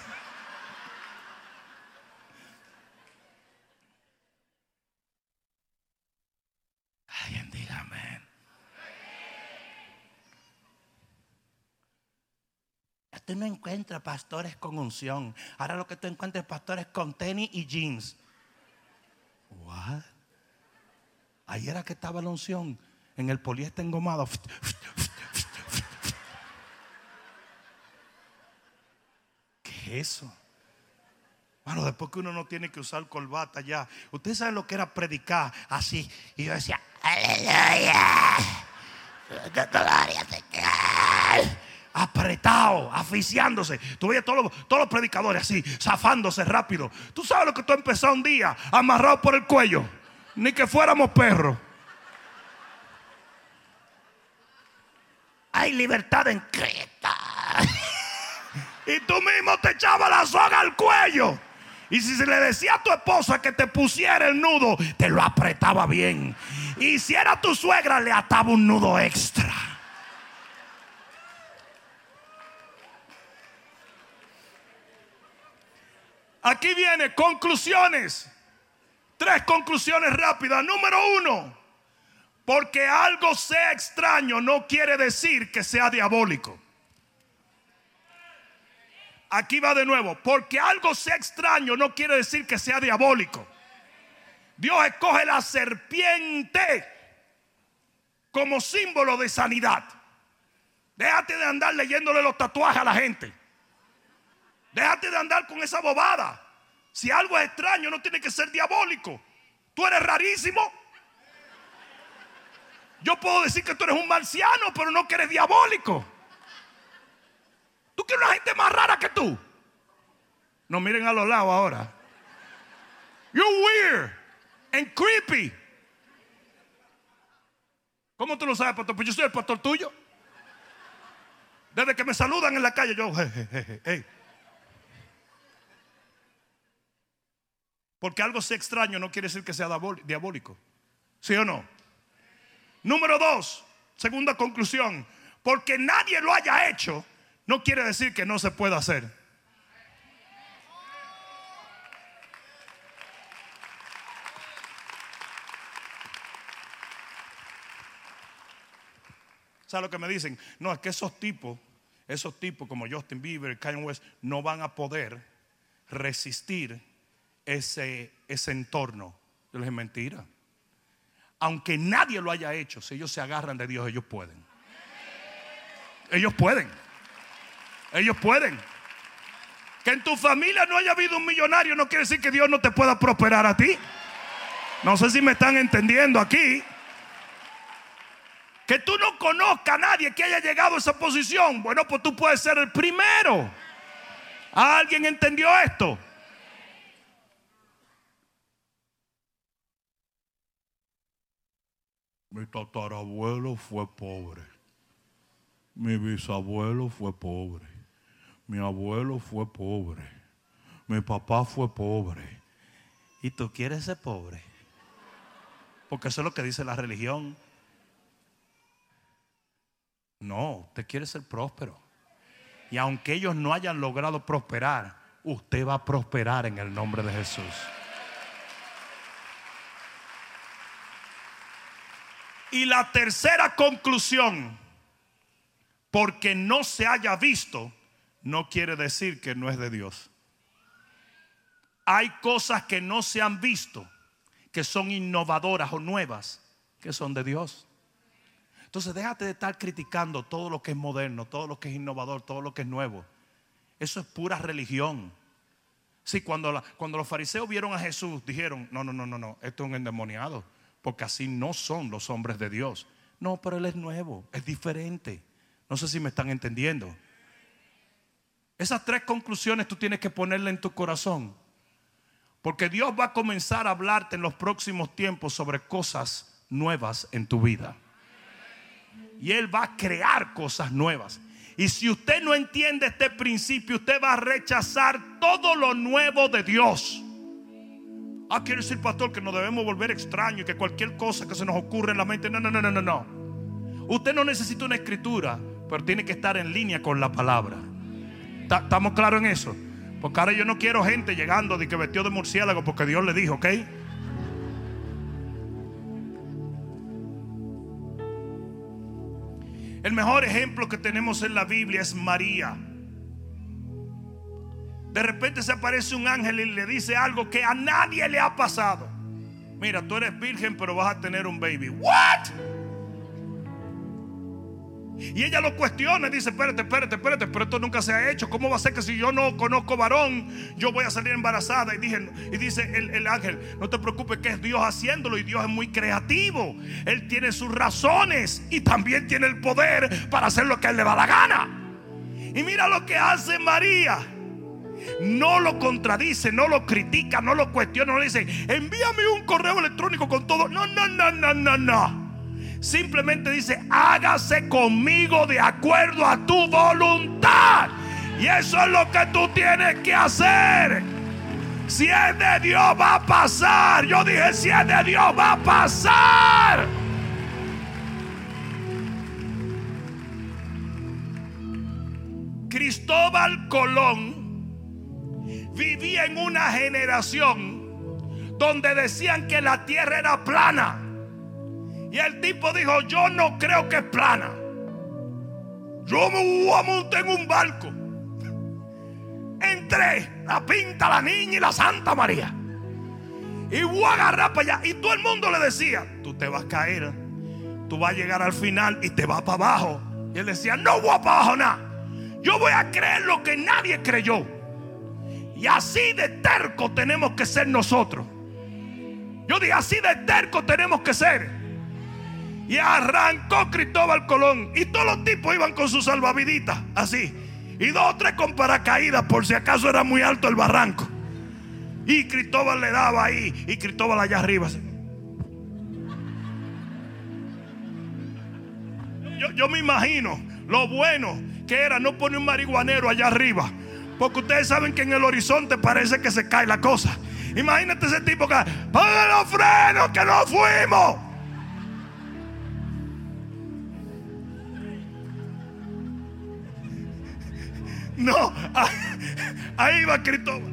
Alguien diga amén. Tú no encuentras pastores con unción. Ahora lo que tú encuentras es pastores con tenis y jeans. What? Ahí era que estaba la unción, en el poliéster engomado. ¿Qué es eso? Bueno, después que uno no tiene que usar corbata ya. Ustedes saben lo que era predicar así. Y yo decía, aleluya, gloria te cae. Apretado, asfixiándose. Tú veías todos los predicadores así, zafándose rápido. Tú sabes lo que tú empezó un día, amarrado por el cuello. Ni que fuéramos perros. Hay libertad en Cristo. Y tú mismo te echabas la soga al cuello. Y si se le decía a tu esposa que te pusiera el nudo, te lo apretaba bien. Y si era tu suegra, le ataba un nudo extra. Aquí viene conclusiones. 3 conclusiones rápidas. Número 1. Porque algo sea extraño no quiere decir que sea diabólico. Aquí va de nuevo. Porque algo sea extraño no quiere decir que sea diabólico. Dios escoge la serpiente como símbolo de sanidad. Déjate de andar leyéndole los tatuajes a la gente. Déjate de andar con esa bobada. Si algo es extraño no tiene que ser diabólico. Tú eres rarísimo. Yo puedo decir que tú eres un marciano, pero no que eres diabólico. ¿Tú quieres una gente más rara que tú? No, miren a los lados ahora. You're weird and creepy. ¿Cómo tú lo sabes, pastor? Pues yo soy el pastor tuyo. Desde que me saludan en la calle, yo, hey. Porque algo sea extraño no quiere decir que sea diabólico. ¿Sí o no? Número 2, segunda conclusión. Porque nadie lo haya hecho no quiere decir que no se pueda hacer. ¿Sabes lo que me dicen? No, es que esos tipos como Justin Bieber, Kanye West, no van a poder resistir ese entorno. Yo les digo, mentira. Aunque nadie lo haya hecho, si ellos se agarran de Dios, ellos pueden. Ellos pueden. Ellos pueden. Que en tu familia no haya habido un millonario no quiere decir que Dios no te pueda prosperar a ti. No sé si me están entendiendo aquí. Que tú no conozcas a nadie que haya llegado a esa posición. Bueno, pues tú puedes ser el primero. ¿Alguien entendió esto? Mi tatarabuelo fue pobre. Mi bisabuelo fue pobre. Mi abuelo fue pobre. Mi papá fue pobre. ¿Y tú quieres ser pobre? Porque eso es lo que dice la religión. No, usted quiere ser próspero. Y aunque ellos no hayan logrado prosperar, usted va a prosperar en el nombre de Jesús. Y la tercera conclusión, porque no se haya visto, no quiere decir que no es de Dios. Hay cosas que no se han visto, que son innovadoras o nuevas, que son de Dios. Entonces déjate de estar criticando todo lo que es moderno, todo lo que es innovador, todo lo que es nuevo. Eso es pura religión. Sí, cuando los fariseos vieron a Jesús, dijeron, no, esto es un endemoniado, porque así no son los hombres de Dios. No, pero Él es nuevo, es diferente. No sé si me están entendiendo. Esas 3 conclusiones tú tienes que ponerle en tu corazón. Porque Dios va a comenzar a hablarte en los próximos tiempos sobre cosas nuevas en tu vida. Y Él va a crear cosas nuevas. Y si usted no entiende este principio, usted va a rechazar todo lo nuevo de Dios. Quiere decir, pastor, que nos debemos volver extraños y que cualquier cosa que se nos ocurra en la mente. No. Usted no necesita una escritura, pero tiene que estar en línea con la palabra. ¿Estamos claros en eso? Porque ahora yo no quiero gente llegando de que vestió de murciélago porque Dios le dijo, ¿ok? El mejor ejemplo que tenemos en la Biblia es María. de repente se aparece un ángel y le dice algo que a nadie le ha pasado. Mira, tú eres virgen, pero vas a tener un baby. ¿What? Y ella lo cuestiona y dice: espérate, pero esto nunca se ha hecho. ¿Cómo va a ser que si yo no conozco varón, yo voy a salir embarazada? Y dice el ángel: no te preocupes, que es Dios haciéndolo, y Dios es muy creativo. Él tiene sus razones y también tiene el poder para hacer lo que a él le da la gana. Y mira lo que hace María. No lo contradice, no lo critica, no lo cuestiona, no le dice: envíame un correo electrónico con todo. No. Simplemente dice: hágase conmigo de acuerdo a tu voluntad. Y eso es lo que tú tienes que hacer. Si es de Dios, va a pasar. Yo dije: si es de Dios, va a pasar. Cristóbal Colón vivía en una generación donde decían que la tierra era plana. Y el tipo dijo: yo no creo que es plana. Yo me voy a montar en un barco entre la Pinta, la Niña y la Santa María, y voy a agarrar para allá. Y todo el mundo le decía: tú te vas a caer, tú vas a llegar al final y te vas para abajo. Y él decía: no voy para abajo nada. Yo voy a creer lo que nadie creyó. Y así de terco tenemos que ser nosotros. Yo dije: así de terco tenemos que ser. Y arrancó Cristóbal Colón. Y todos los tipos iban con sus salvaviditas así, y 2 o 3 con paracaídas por si acaso era muy alto el barranco. Y Cristóbal le daba ahí, y Cristóbal allá arriba así. Yo me imagino lo bueno que era no poner un marihuanero allá arriba, porque ustedes saben que en el horizonte parece que se cae la cosa. Imagínate ese tipo que: ¡pongan los frenos que nos fuimos! No, ahí va Cristóbal.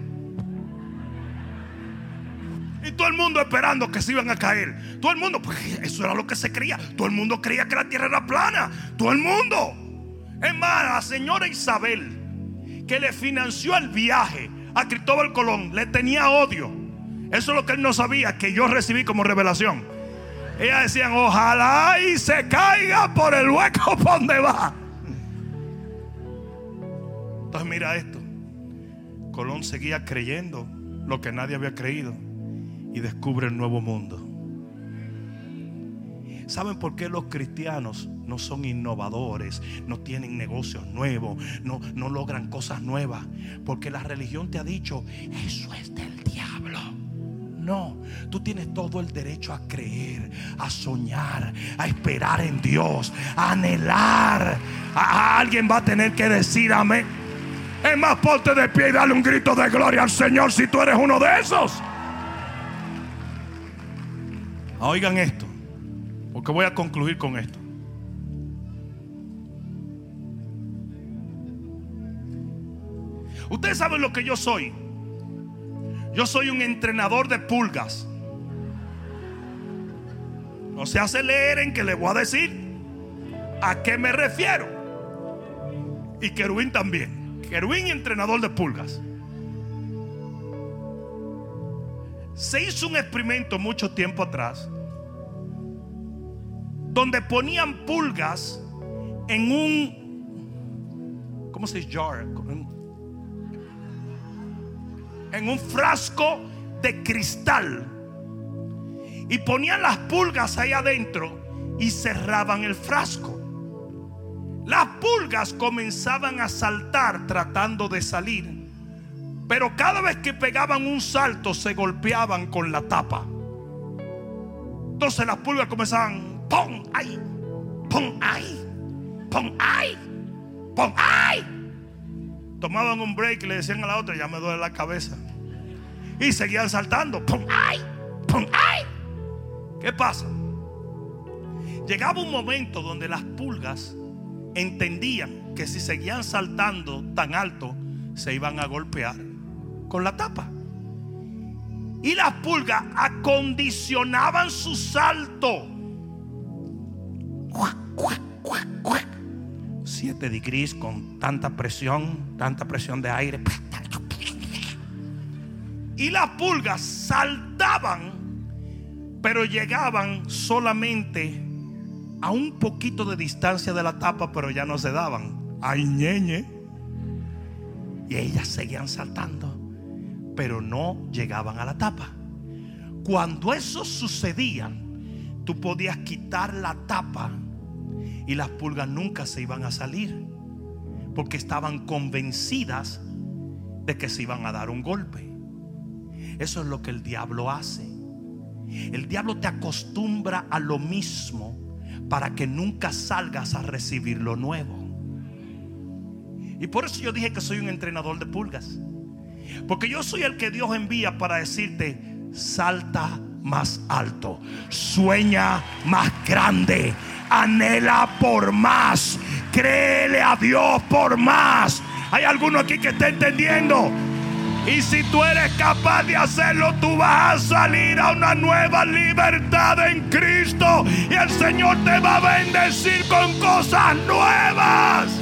Y todo el mundo esperando que se iban a caer. Todo el mundo, pues eso era lo que se creía. Todo el mundo creía que la tierra era plana. Todo el mundo. Es más, la señora Isabel, que le financió el viaje a Cristóbal Colón, le tenía odio. Eso es lo que él no sabía, que yo recibí como revelación. Ellas decían: ojalá y se caiga por el hueco por donde va. Entonces mira esto. Colón seguía creyendo lo que nadie había creído y descubre el nuevo mundo. ¿Saben por qué los cristianos no son innovadores, no tienen negocios nuevos, no logran cosas nuevas? Porque la religión te ha dicho: eso es del diablo. No, tú tienes todo el derecho a creer, a soñar, a esperar en Dios, a anhelar. Alguien va a tener que decir amén. Es más, ponte de pie y dale un grito de gloria al Señor si tú eres uno de esos. Oigan esto, porque voy a concluir con esto. Ustedes saben lo que yo soy. Yo soy un entrenador de pulgas. No se aceleren, que les voy a decir a qué me refiero. Y Querubín también. Querubín y entrenador de pulgas. Se hizo un experimento mucho tiempo atrás donde ponían pulgas en un, ¿cómo se dice? Jar. En un frasco de cristal. Y ponían las pulgas ahí adentro y cerraban el frasco. Las pulgas comenzaban a saltar tratando de salir, pero cada vez que pegaban un salto se golpeaban con la tapa. Entonces las pulgas comenzaban: ¡pum! ¡Ay! ¡Pum! ¡Ay! ¡Pum! ¡Ay! ¡Pum! ¡Ay! Tomaban un break y le decían a la otra: ya me duele la cabeza. Y seguían saltando: ¡pum! ¡Ay! ¡Pum! ¡Ay! ¿Qué pasa? Llegaba un momento donde las pulgas entendían que si seguían saltando tan alto se iban a golpear con la tapa. Y las pulgas acondicionaban su salto. 7 degrees con tanta presión de aire. Y las pulgas saltaban, pero llegaban solamente a un poquito de distancia de la tapa, pero ya no se daban. ¡Ay, ñeñe! Y ellas seguían saltando, pero no llegaban a la tapa. Cuando eso sucedía, tú podías quitar la tapa y las pulgas nunca se iban a salir, porque estaban convencidas de que se iban a dar un golpe. Eso es lo que el diablo hace. El diablo te acostumbra a lo mismo para que nunca salgas a recibir lo nuevo. Y por eso yo dije que soy un entrenador de pulgas, porque yo soy el que Dios envía para decirte: salta más alto, sueña más grande, anhela por más, créele a Dios por más. Hay alguno aquí que está entendiendo. Y si tú eres capaz de hacerlo, tú vas a salir a una nueva libertad en Cristo, y el Señor te va a bendecir con cosas nuevas.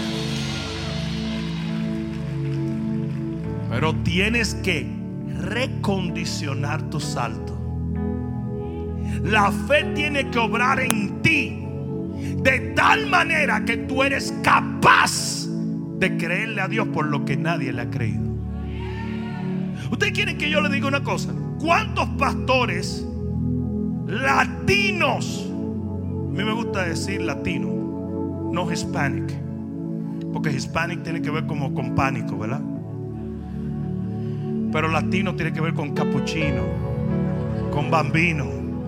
Pero tienes que recondicionar tu salto. La fe tiene que obrar en ti de tal manera que tú eres capaz de creerle a Dios por lo que nadie le ha creído. Ustedes quieren que yo le diga una cosa: ¿cuántos pastores latinos? A mí me gusta decir latino, no hispanic, porque hispanic tiene que ver como con pánico, ¿verdad? Pero latino tiene que ver con capuchino, con bambino,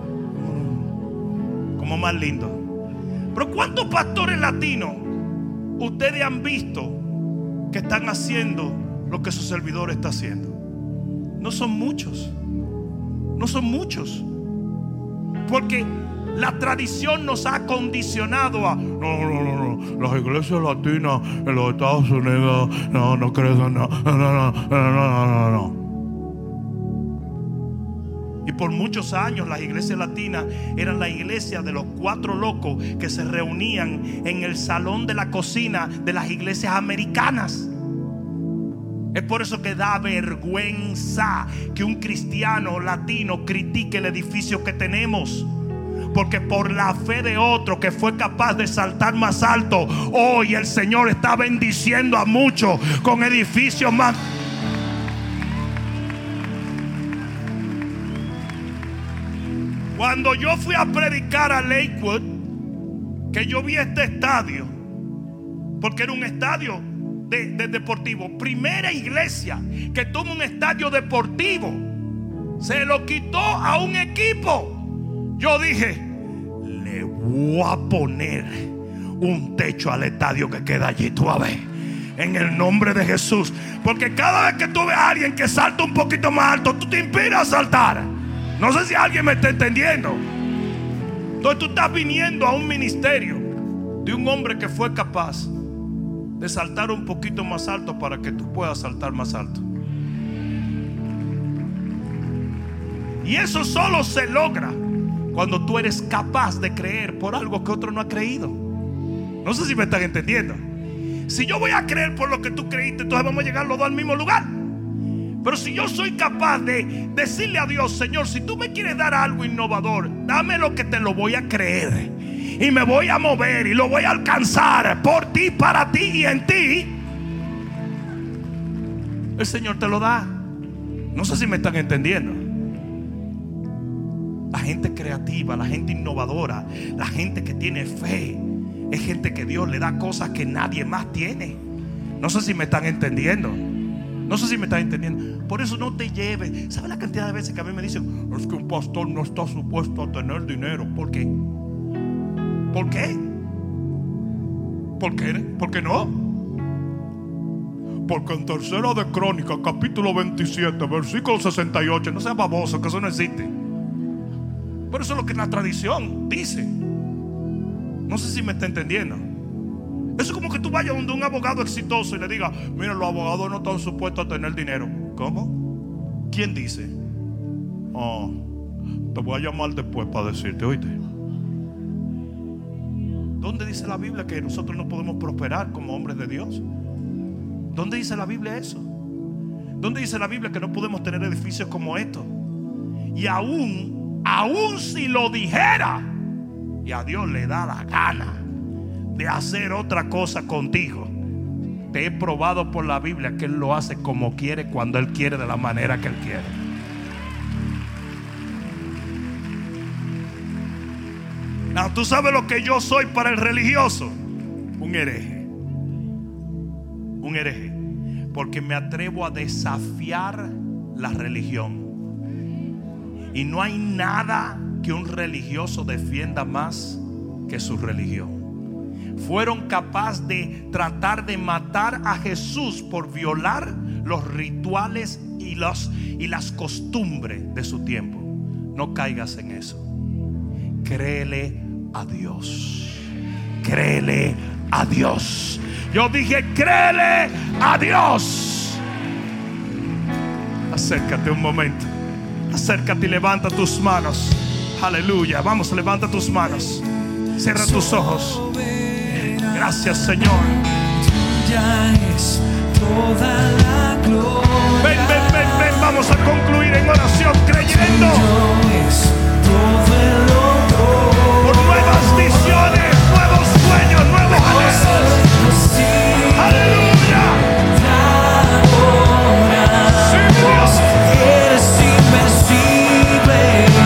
como más lindo. Pero ¿cuántos pastores latinos ustedes han visto que están haciendo lo que su servidor está haciendo? No son muchos. No son muchos. Porque la tradición nos ha condicionado a no. Las iglesias latinas en los Estados Unidos no crecen. No. Y por muchos años las iglesias latinas eran la iglesia de los 4 locos que se reunían en el salón de la cocina de las iglesias americanas. Es por eso que da vergüenza que un cristiano latino critique el edificio que tenemos. Porque por la fe de otro que fue capaz de saltar más alto, hoy el Señor está bendiciendo a muchos con edificios más. Cuando yo fui a predicar a Lakewood, que yo vi este estadio, porque era un estadio de deportivo, primera iglesia que tuvo un estadio deportivo, se lo quitó a un equipo. Yo dije: le voy a poner un techo al estadio que queda allí, tú a ver, en el nombre de Jesús. Porque cada vez que tú ves a alguien que salta un poquito más alto, tú te inspiras a saltar. No sé si alguien me está entendiendo. Entonces tú estás viniendo a un ministerio de un hombre que fue capaz de saltar un poquito más alto para que tú puedas saltar más alto. Y eso solo se logra cuando tú eres capaz de creer por algo que otro no ha creído. No sé si me están entendiendo. Si yo voy a creer por lo que tú creíste, entonces vamos a llegar los dos al mismo lugar. Pero si yo soy capaz de decirle a Dios: Señor, si tú me quieres dar algo innovador, dame lo que te lo voy a creer, y me voy a mover y lo voy a alcanzar por ti, para ti y en ti, el Señor te lo da. No sé si me están entendiendo. La gente creativa, la gente innovadora, la gente que tiene fe, es gente que Dios le da cosas que nadie más tiene. No sé si me están entendiendo. No sé si me están entendiendo. Por eso no te lleves. ¿Sabe la cantidad de veces que a mí me dicen: es que un pastor no está supuesto a tener dinero? ¿Por qué? ¿Por qué? ¿Por qué? ¿Por qué no? Porque en Tercera de Crónicas, capítulo 27, versículo 68. No seas baboso, que eso no existe. Pero eso es lo que la tradición dice. No sé si me está entendiendo. Eso es como que tú vayas donde un abogado exitoso y le digas: mira, los abogados no están supuestos a tener dinero. ¿Cómo? ¿Quién dice? Te voy a llamar después para decirte, oíste. ¿Dónde dice la Biblia que nosotros no podemos prosperar como hombres de Dios? ¿Dónde dice la Biblia eso? ¿Dónde dice la Biblia que no podemos tener edificios como estos? Y aún si lo dijera, y a Dios le da la gana de hacer otra cosa contigo, te he probado por la Biblia que Él lo hace como quiere, cuando Él quiere, de la manera que Él quiere. No, tú sabes lo que yo soy para el religioso: un hereje. Un hereje. Porque me atrevo a desafiar la religión. Y no hay nada que un religioso defienda más que su religión. Fueron capaces de tratar de matar a Jesús por violar los rituales y las costumbres de su tiempo. No caigas en eso. Créele a Dios. Créele a Dios. Yo dije, créele a Dios. Acércate un momento. Acércate y levanta tus manos. Aleluya. Vamos, levanta tus manos. Cierra tus ojos. Gracias, Señor. Tuya es toda la gloria. Ven. Vamos a concluir en oración creyendo Tuyo es todo el honor. por nuevas visiones, nuevos sueños, nuevos anhelos. Aleluya. Sí, Dios. Eres invencible,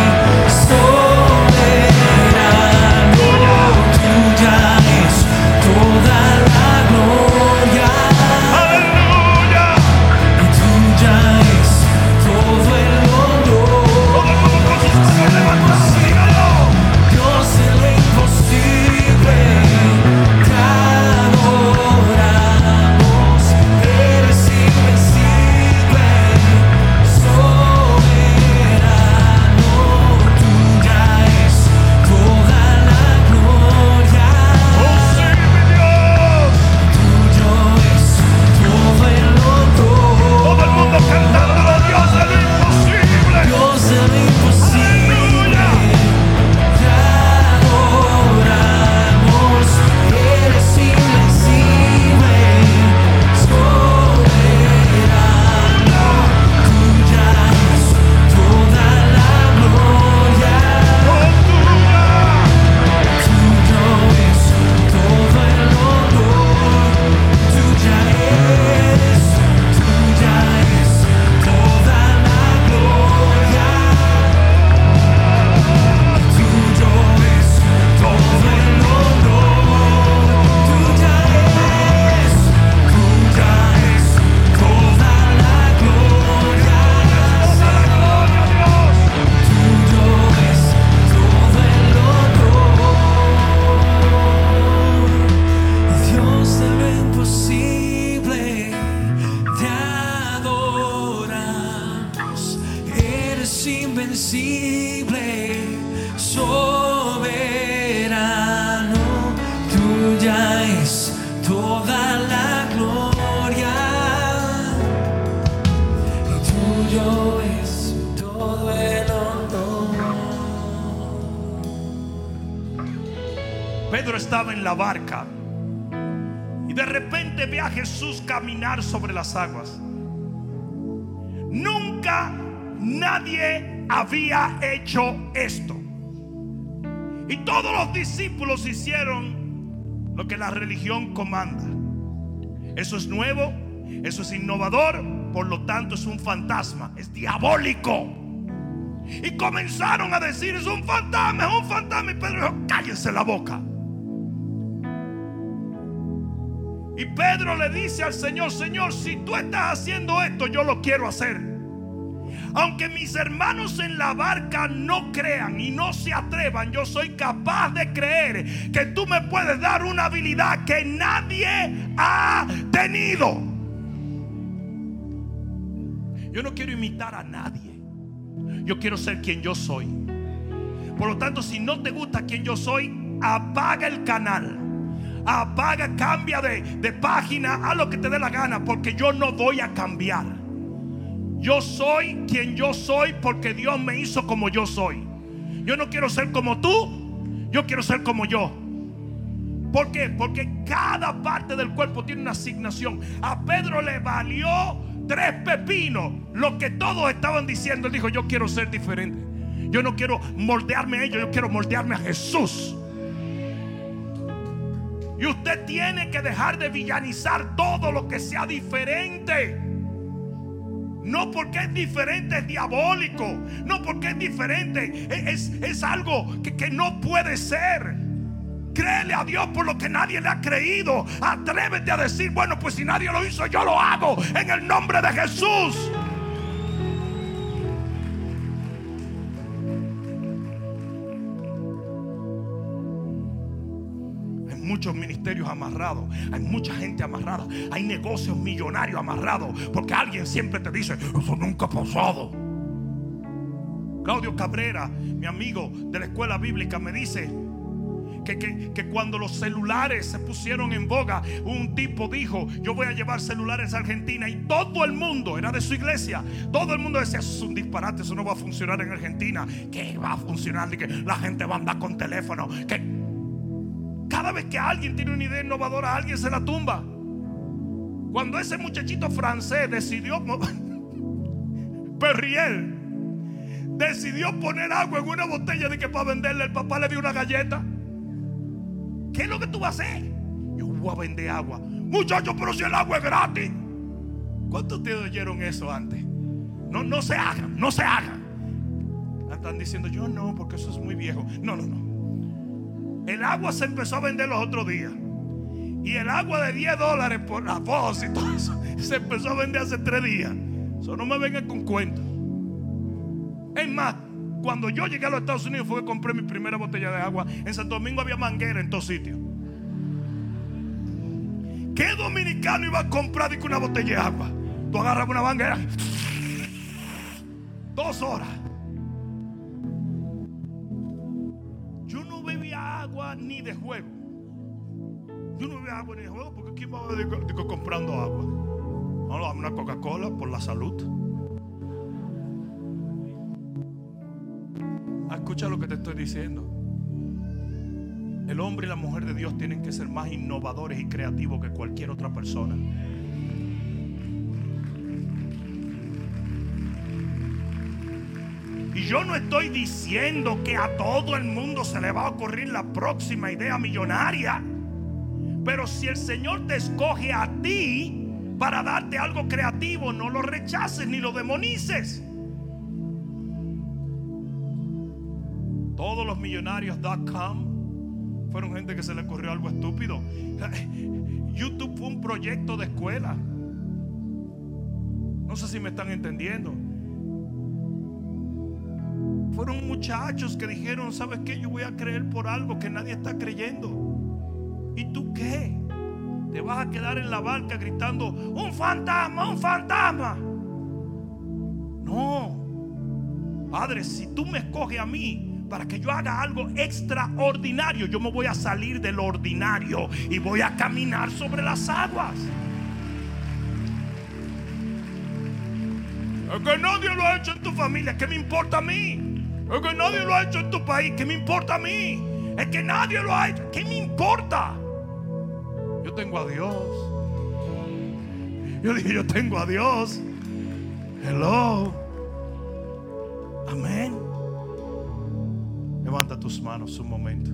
soberano. Tuya es toda la gloria. Aleluya. Y tuya es todo el honor. Todo el mundo con sus manos levantadas, dígalo. Dios de lo imposible, te adoramos. Eres invencible, soberano. Tuya es toda la gloria. Oh, sí, mi Dios. Tuyo es todo el honor. Todo el mundo cantando, Dios de lo imposible. Dios de lo imposible, te adoramos. Eres invencible, soberano. Tuya es toda la gloria. Oh, Tuyo es todo el honor. Tuya es toda la gloria. Tuyo es todo el honor. Tuya es toda la gloria. Tuyo es todo el honor. Dios de lo imposible, te adoramos. Eres invencible, soberano. Tuya es toda la gloria. Y tuyo es todo el honor. Pedro estaba en la barca y de repente ve a Jesús caminar sobre las aguas. Nunca nadie había hecho esto. Y todos los discípulos hicieron lo que la religión comanda. Eso es nuevo, eso es innovador, por lo tanto es un fantasma, es diabólico. Y comenzaron a decir: es un fantasma, es un fantasma. Y Pedro dijo: cállense la boca. Y Pedro le dice al Señor: Señor, si tú estás haciendo esto, yo lo quiero hacer. Aunque mis hermanos en la barca no crean y no se atrevan, yo soy capaz de creer que tú me puedes dar una habilidad que nadie ha tenido. Yo no quiero imitar a nadie. Yo quiero ser quien yo soy. Por lo tanto, si no te gusta quien yo soy, apaga el canal. Apaga, cambia de página, haz lo que te dé la gana, porque yo no voy a cambiar. Yo soy quien yo soy porque Dios me hizo como yo soy. Yo no quiero ser como tú, yo quiero ser como yo. ¿Por qué? Porque cada parte del cuerpo tiene una asignación. A Pedro le valió 3 pepinos, lo que todos estaban diciendo. Él dijo: yo quiero ser diferente. Yo no quiero moldearme a ellos, yo quiero moldearme a Jesús. Y usted tiene que dejar de villanizar todo lo que sea diferente. No porque es diferente es diabólico. No porque es diferente es algo que no puede ser. Créele a Dios por lo que nadie le ha creído. Atrévete a decir: bueno, pues si nadie lo hizo, yo lo hago en el nombre de Jesús. Muchos ministerios amarrados, hay mucha gente amarrada, hay negocios millonarios amarrados, porque alguien siempre te dice: eso nunca ha pasado. Claudio Cabrera, mi amigo de la escuela bíblica, me dice que cuando los celulares se pusieron en boga, un tipo dijo: yo voy a llevar celulares a Argentina. Y todo el mundo, era de su iglesia, todo el mundo decía: eso es un disparate, eso no va a funcionar en Argentina. ¿Qué va a funcionar? Que la gente va a andar con teléfono. Que cada vez que alguien tiene una idea innovadora, alguien se la tumba. Cuando ese muchachito francés decidió, Perrier, decidió poner agua en una botella de que para venderle, el papá le dio una galleta. ¿Qué es lo que tú vas a hacer? Yo voy a vender agua. Muchachos, pero si el agua es gratis. ¿Cuántos de ustedes oyeron eso antes? No se hagan, no se hagan. Están diciendo: yo no, porque eso es muy viejo. No. El agua se empezó a vender los otros días. Y el agua de $10 por la voz y todo eso se empezó a vender hace 3 días. Eso no me vengan con cuentos. Es más, cuando yo llegué a los Estados Unidos fue que compré mi primera botella de agua. En Santo Domingo había manguera en todos sitios. ¿Qué dominicano iba a comprar una botella de agua? Tú agarras una manguera, 2 horas. Yo no bebía agua ni de juego. Yo no bebía agua ni de juego, porque ¿quién va a ver comprando agua? No, dame una Coca-Cola por la salud. Escucha lo que te estoy diciendo. El hombre y la mujer de Dios tienen que ser más innovadores y creativos que cualquier otra persona. Y yo no estoy diciendo que a todo el mundo se le va a ocurrir la próxima idea millonaria. Pero si el Señor te escoge a ti para darte algo creativo, no lo rechaces ni lo demonices. Todos los millonarios.com fueron gente que se le ocurrió algo estúpido. YouTube fue un proyecto de escuela. No sé si me están entendiendo. Fueron muchachos que dijeron: ¿sabes qué? Yo voy a creer por algo que nadie está creyendo. ¿Y tú qué? ¿Te vas a quedar en la barca gritando: ¡un fantasma, un fantasma! No. Padre, si tú me escoges a mí para que yo haga algo extraordinario, yo me voy a salir del ordinario y voy a caminar sobre las aguas. Es que nadie lo ha hecho en tu familia, ¿qué me importa a mí? Es que nadie lo ha hecho en tu país, ¿qué me importa a mí? Es que nadie lo ha hecho, ¿qué me importa? Yo tengo a Dios. Yo dije: yo tengo a Dios. Hello. Amén. Levanta tus manos un momento.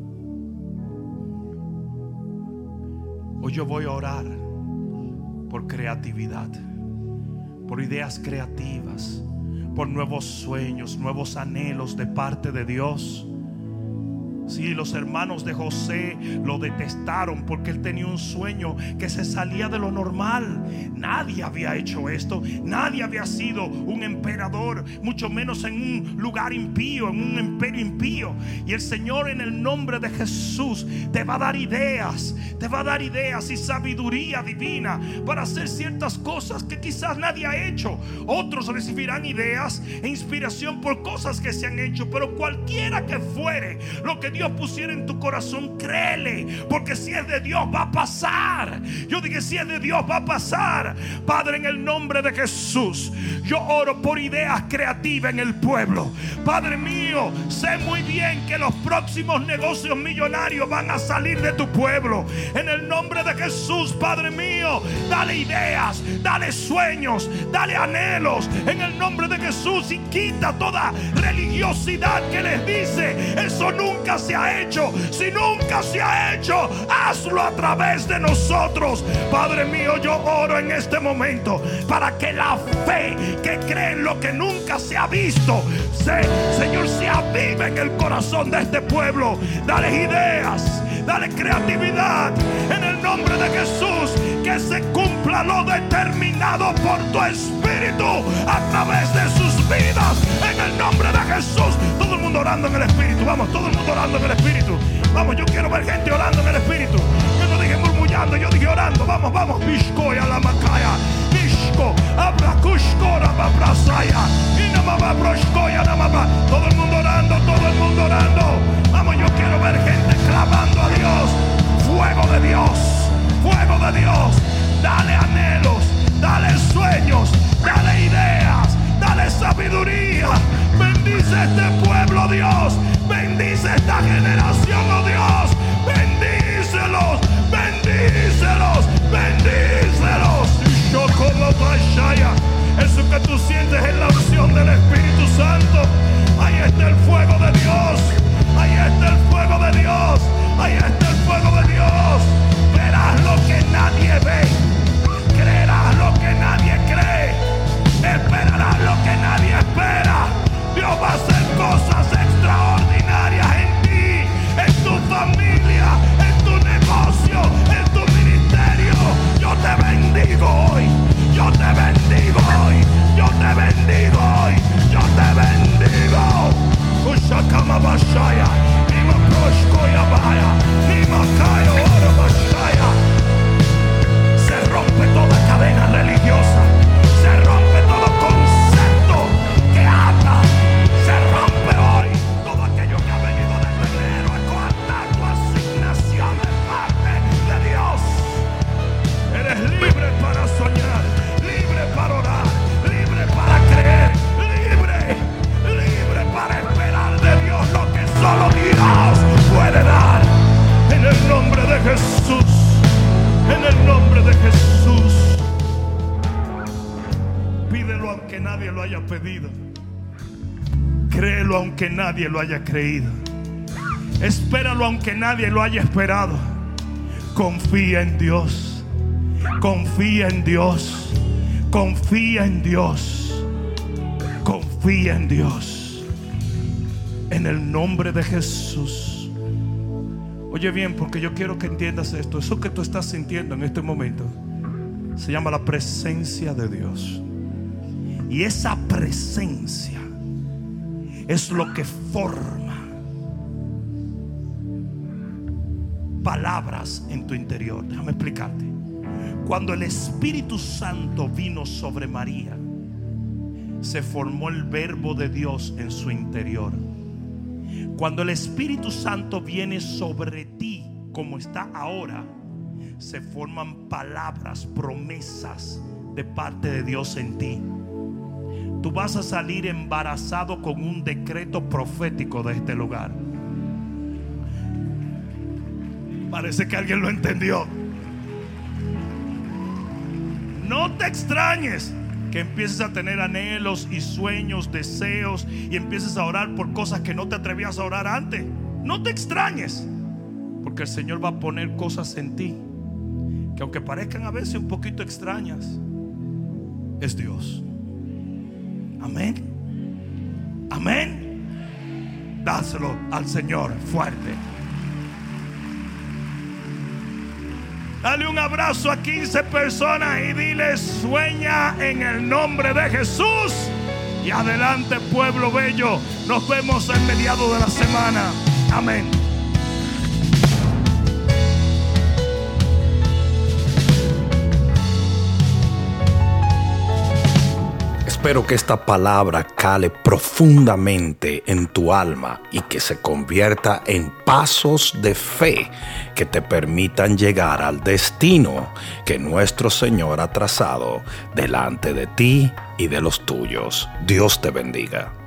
Hoy yo voy a orar por creatividad, por ideas creativas, por nuevos sueños, nuevos anhelos de parte de Dios. Sí, los hermanos de José lo detestaron porque él tenía un sueño que se salía de lo normal. Nadie había hecho esto. Nadie había sido un emperador, mucho menos en un lugar impío, en un imperio impío. Y el Señor, en el nombre de Jesús, te va a dar ideas. Te va a dar ideas y sabiduría divina para hacer ciertas cosas que quizás nadie ha hecho. Otros recibirán ideas e inspiración por cosas que se han hecho. Pero cualquiera que fuere lo que Dios Dios pusiera en tu corazón, créele, porque si es de Dios va a pasar. Yo dije, si es de Dios va a pasar. Padre, en el nombre de Jesús, yo oro por ideas creativas en el pueblo. Padre mío, sé muy bien que los próximos negocios millonarios van a salir de tu pueblo. En el nombre de Jesús, Padre mío, dale ideas, dale sueños, dale anhelos, en el nombre de Jesús, y quita toda religiosidad que les dice, eso nunca se ha hecho. Si nunca se ha hecho, hazlo a través de nosotros. Padre mío, yo oro en este momento para que la fe que cree en lo que nunca se ha visto, Señor, se avive en el corazón de este pueblo. Dale ideas, dale creatividad, en el nombre de Jesús, que se cumpla lo determinado por tu Espíritu a través de sus vidas, en el nombre de Jesús. Todo el mundo orando en el Espíritu, vamos, todo el mundo orando en el Espíritu. Vamos, yo quiero ver gente orando en el Espíritu. Yo no dije murmullando, yo dije orando. Vamos, vamos, Bishkoya la Macaya, Bishko, Abrakushkora Babrasaya, Inamaba Broshkoya Namaba. Todo el mundo orando, todo el mundo orando. Vamos, yo quiero ver gente clamando a Dios. Fuego de Dios, fuego de Dios. Dale anhelos, dale sueños, dale ideas, dale sabiduría. Bendice este pueblo, Dios. Bendice esta generación, oh Dios. Bendícelos, bendícelos, bendícelos. Eso que tú sientes es la unción del Espíritu Santo. Ahí está el fuego de Dios. Ahí está el fuego de Dios. Ahí está el fuego de Dios. Verás lo que nadie ve. Creerás lo que nadie cree. Esperarás lo que nadie espera. Dios va a hacer cosas extraordinarias en ti, en tu familia, en tu negocio, en tu ministerio. Yo te bendigo hoy. Yo te bendigo hoy. Yo te bendigo hoy. Yo te bendigo. Ushakama Bashaya, Nima Proshkoya Baya, Nima Kayo Ora Bashaya. Se rompe toda cadena religiosa. Se rompe todo concepto que ata. Se rompe hoy todo aquello que ha venido desde enero a coartar tu asignación de parte de Dios. Eres libre para soñar, libre para orar, libre para creer, libre para esperar de Dios lo que solo Dios puede dar. En el nombre de Jesús, en el nombre de Jesús. Pídelo aunque nadie lo haya pedido. Créelo aunque nadie lo haya creído. Espéralo aunque nadie lo haya esperado. Confía en Dios. Confía en Dios. Confía en Dios. Confía en Dios. En el nombre de Jesús. Oye bien, porque yo quiero que entiendas esto. Eso que tú estás sintiendo en este momento se llama la presencia de Dios. Y esa presencia es lo que forma palabras en tu interior. Déjame explicarte. Cuando el Espíritu Santo vino sobre María, se formó el verbo de Dios en su interior. Cuando el Espíritu Santo viene sobre ti, como está ahora, se forman palabras, promesas de parte de Dios en ti. Tú vas a salir embarazado con un decreto profético de este lugar. Parece que alguien lo entendió. No te extrañes que empieces a tener anhelos y sueños, deseos, y empieces a orar por cosas que no te atrevías a orar antes. No te extrañes, porque el Señor va a poner cosas en ti que, aunque parezcan a veces un poquito extrañas, es Dios. Amén. Amén. Dáselo al Señor fuerte. Dale un abrazo a 15 personas y dile: sueña en el nombre de Jesús. Y adelante, pueblo bello. Nos vemos en mediados de la semana. Amén. Espero que esta palabra cale profundamente en tu alma y que se convierta en pasos de fe que te permitan llegar al destino que nuestro Señor ha trazado delante de ti y de los tuyos. Dios te bendiga.